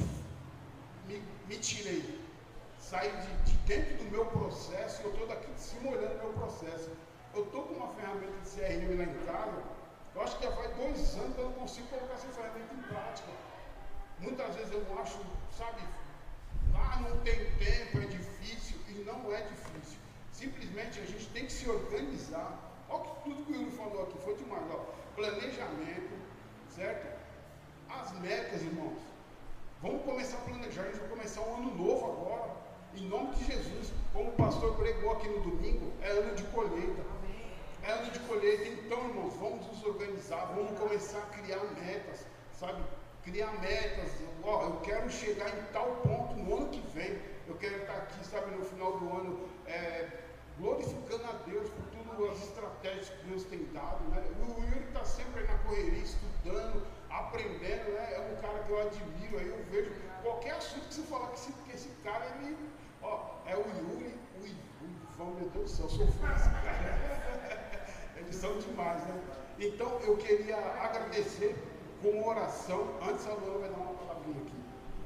me tirei, saí de dentro do meu processo e eu estou daqui de cima olhando o meu processo. Eu estou com uma ferramenta de CRM lá em casa, eu acho que já faz 2 anos que eu não consigo colocar essa ferramenta em prática. Muitas vezes eu não acho, sabe, não tem tempo, é difícil, e não é difícil. Simplesmente a gente tem que se organizar. Olha tudo que o Yuri falou aqui, foi demais. Ó. Planejamento, certo? As metas, irmãos. Vamos começar a planejar, a gente vai começar um ano novo agora. Em nome de Jesus, como o pastor pregou aqui no domingo, é ano de colheita. É ano de colheita. Então, irmãos, vamos nos organizar, vamos começar a criar metas, sabe? Criar metas. Ó, eu quero chegar em tal ponto no ano que vem. Eu quero estar aqui, sabe, no final do ano, glorificando a Deus por todas as estratégias que Deus tem dado, né? O Yuri está sempre aí na correria, estudando, aprendendo, né? É um cara que eu admiro, aí eu vejo qualquer assunto que você falar que esse cara, ele, é o Yuri, meu Deus do céu, eu sou fã desse cara. Eles são demais, né? Então, eu queria agradecer com uma oração, antes a Luana vai dar uma palavrinha aqui.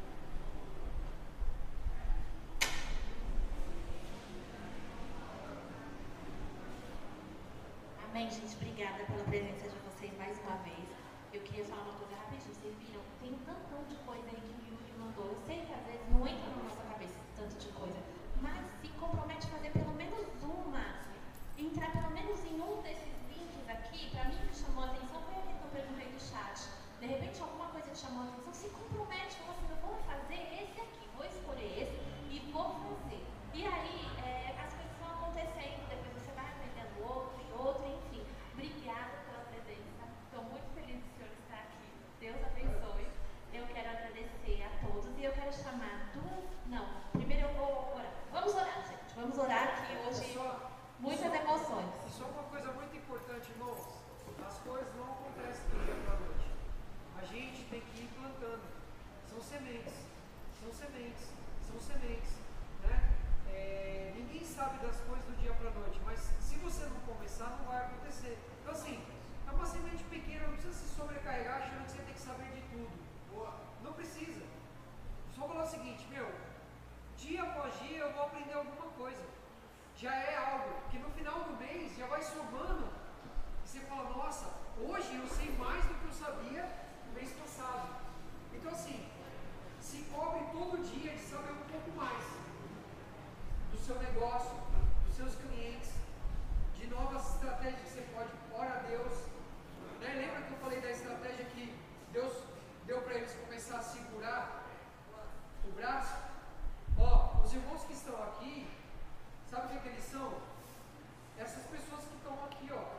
Amém, gente. Obrigada pela presença de vocês mais uma vez. Eu queria falar uma coisa rapidinho. Vocês viram? Tem um tantão de coisa aí que o Yuri mandou. Eu sei que às vezes não entra na nossa cabeça esse tanto de coisa, mas se compromete a fazer pelo menos uma, entrar pelo menos em um desses links aqui. Para mim, o que chamou a atenção foi aquilo que eu perguntei do chat. se cobre todo dia de saber um pouco mais do seu negócio, dos seus clientes, de novas estratégias que você pode, ora a Deus. Né? Lembra que eu falei da estratégia que Deus deu para eles começar a segurar o braço? Ó, os irmãos que estão aqui, sabe o que eles são? Essas pessoas que estão aqui, ó.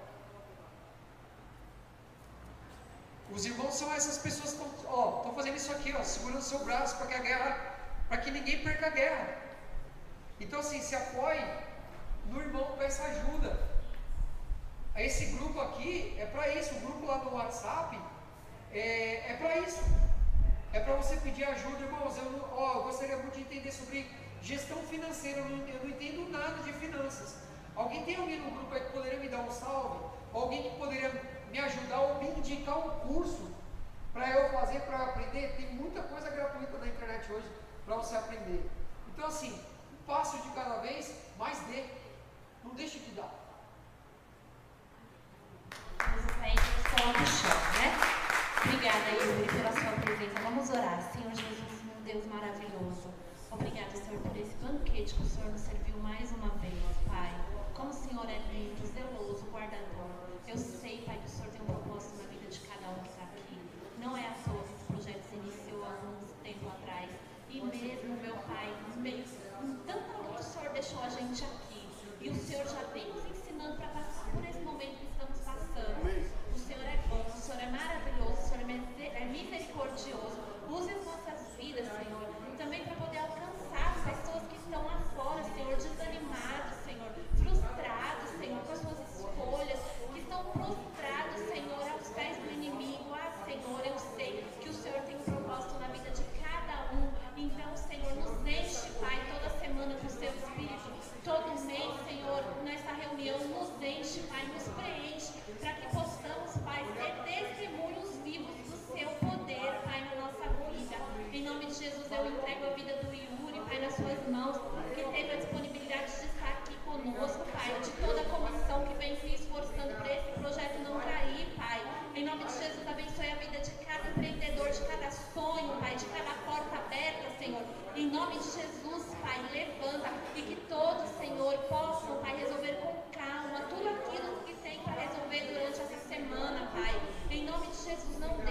Os irmãos são essas pessoas que estão fazendo isso aqui, ó, segurando o seu braço para que a guerra, para que ninguém perca a guerra. Então assim, se apoie no irmão, peça ajuda. Esse grupo aqui é para isso, o grupo lá do WhatsApp é para isso. É para você pedir ajuda, irmãos. Eu gostaria muito de entender sobre gestão financeira. Eu não entendo nada de finanças. Tem alguém no grupo aí que poderia me dar um salve? Alguém que poderia me ajudar ou me indicar um curso para eu fazer, para aprender? Tem muita coisa gratuita na internet hoje para você aprender. Então assim, um passo de cada vez, mas dê. Não deixe de dar. Vamos sair do sol do chão, né? Obrigada, Yuri, pela sua presença. Vamos orar. Senhor Jesus, meu Deus maravilhoso. Obrigada, Senhor, por esse banquete que o Senhor nos serviu mais uma vez, Pai. Como o Senhor é lindo, zeloso, guardador. Eu sei, Pai, que o Senhor tem um propósito na vida de cada um que está aqui. Não é à toa que esse projeto se iniciou há alguns tempo atrás. E mesmo, meu Pai, tanta luta o Senhor deixou a gente aqui. E o Senhor já vem nos ensinando para passar por esse momento que estamos passando. O Senhor é bom, o Senhor é maravilhoso, o Senhor é misericordioso. Use as nossas vidas, Senhor, também para poder alcançar as pessoas que estão lá fora, Senhor, desanimados, Senhor, frustrados, Senhor, com as suas escolhas, que estão prostrados, Senhor, aos pés do inimigo. Ah, Senhor, eu sei que o Senhor tem um propósito na vida de cada um. Então, Senhor, nos enche, Pai, toda semana com o seu Espírito, todo mês, Senhor, nessa reunião, nos enche, Pai, nos preenche, para que possamos, Pai, ser testemunhos vivos do seu poder, Pai, na nossa vida. Em nome de Jesus, eu entrego a vida do Yuri, Pai, nas suas mãos, que teve a disponibilidade de estar aqui conosco, Pai, de toda a comissão que vem se esforçando para esse projeto não cair, Pai. Em nome de Jesus, abençoe a vida de cada empreendedor, de cada sonho, Pai, de cada porta aberta, Senhor. Em nome de Jesus, Pai, levanta e que todos, Senhor, possam, Pai, resolver com calma tudo aquilo que tem para resolver durante essa semana, Pai. Em nome de Jesus, não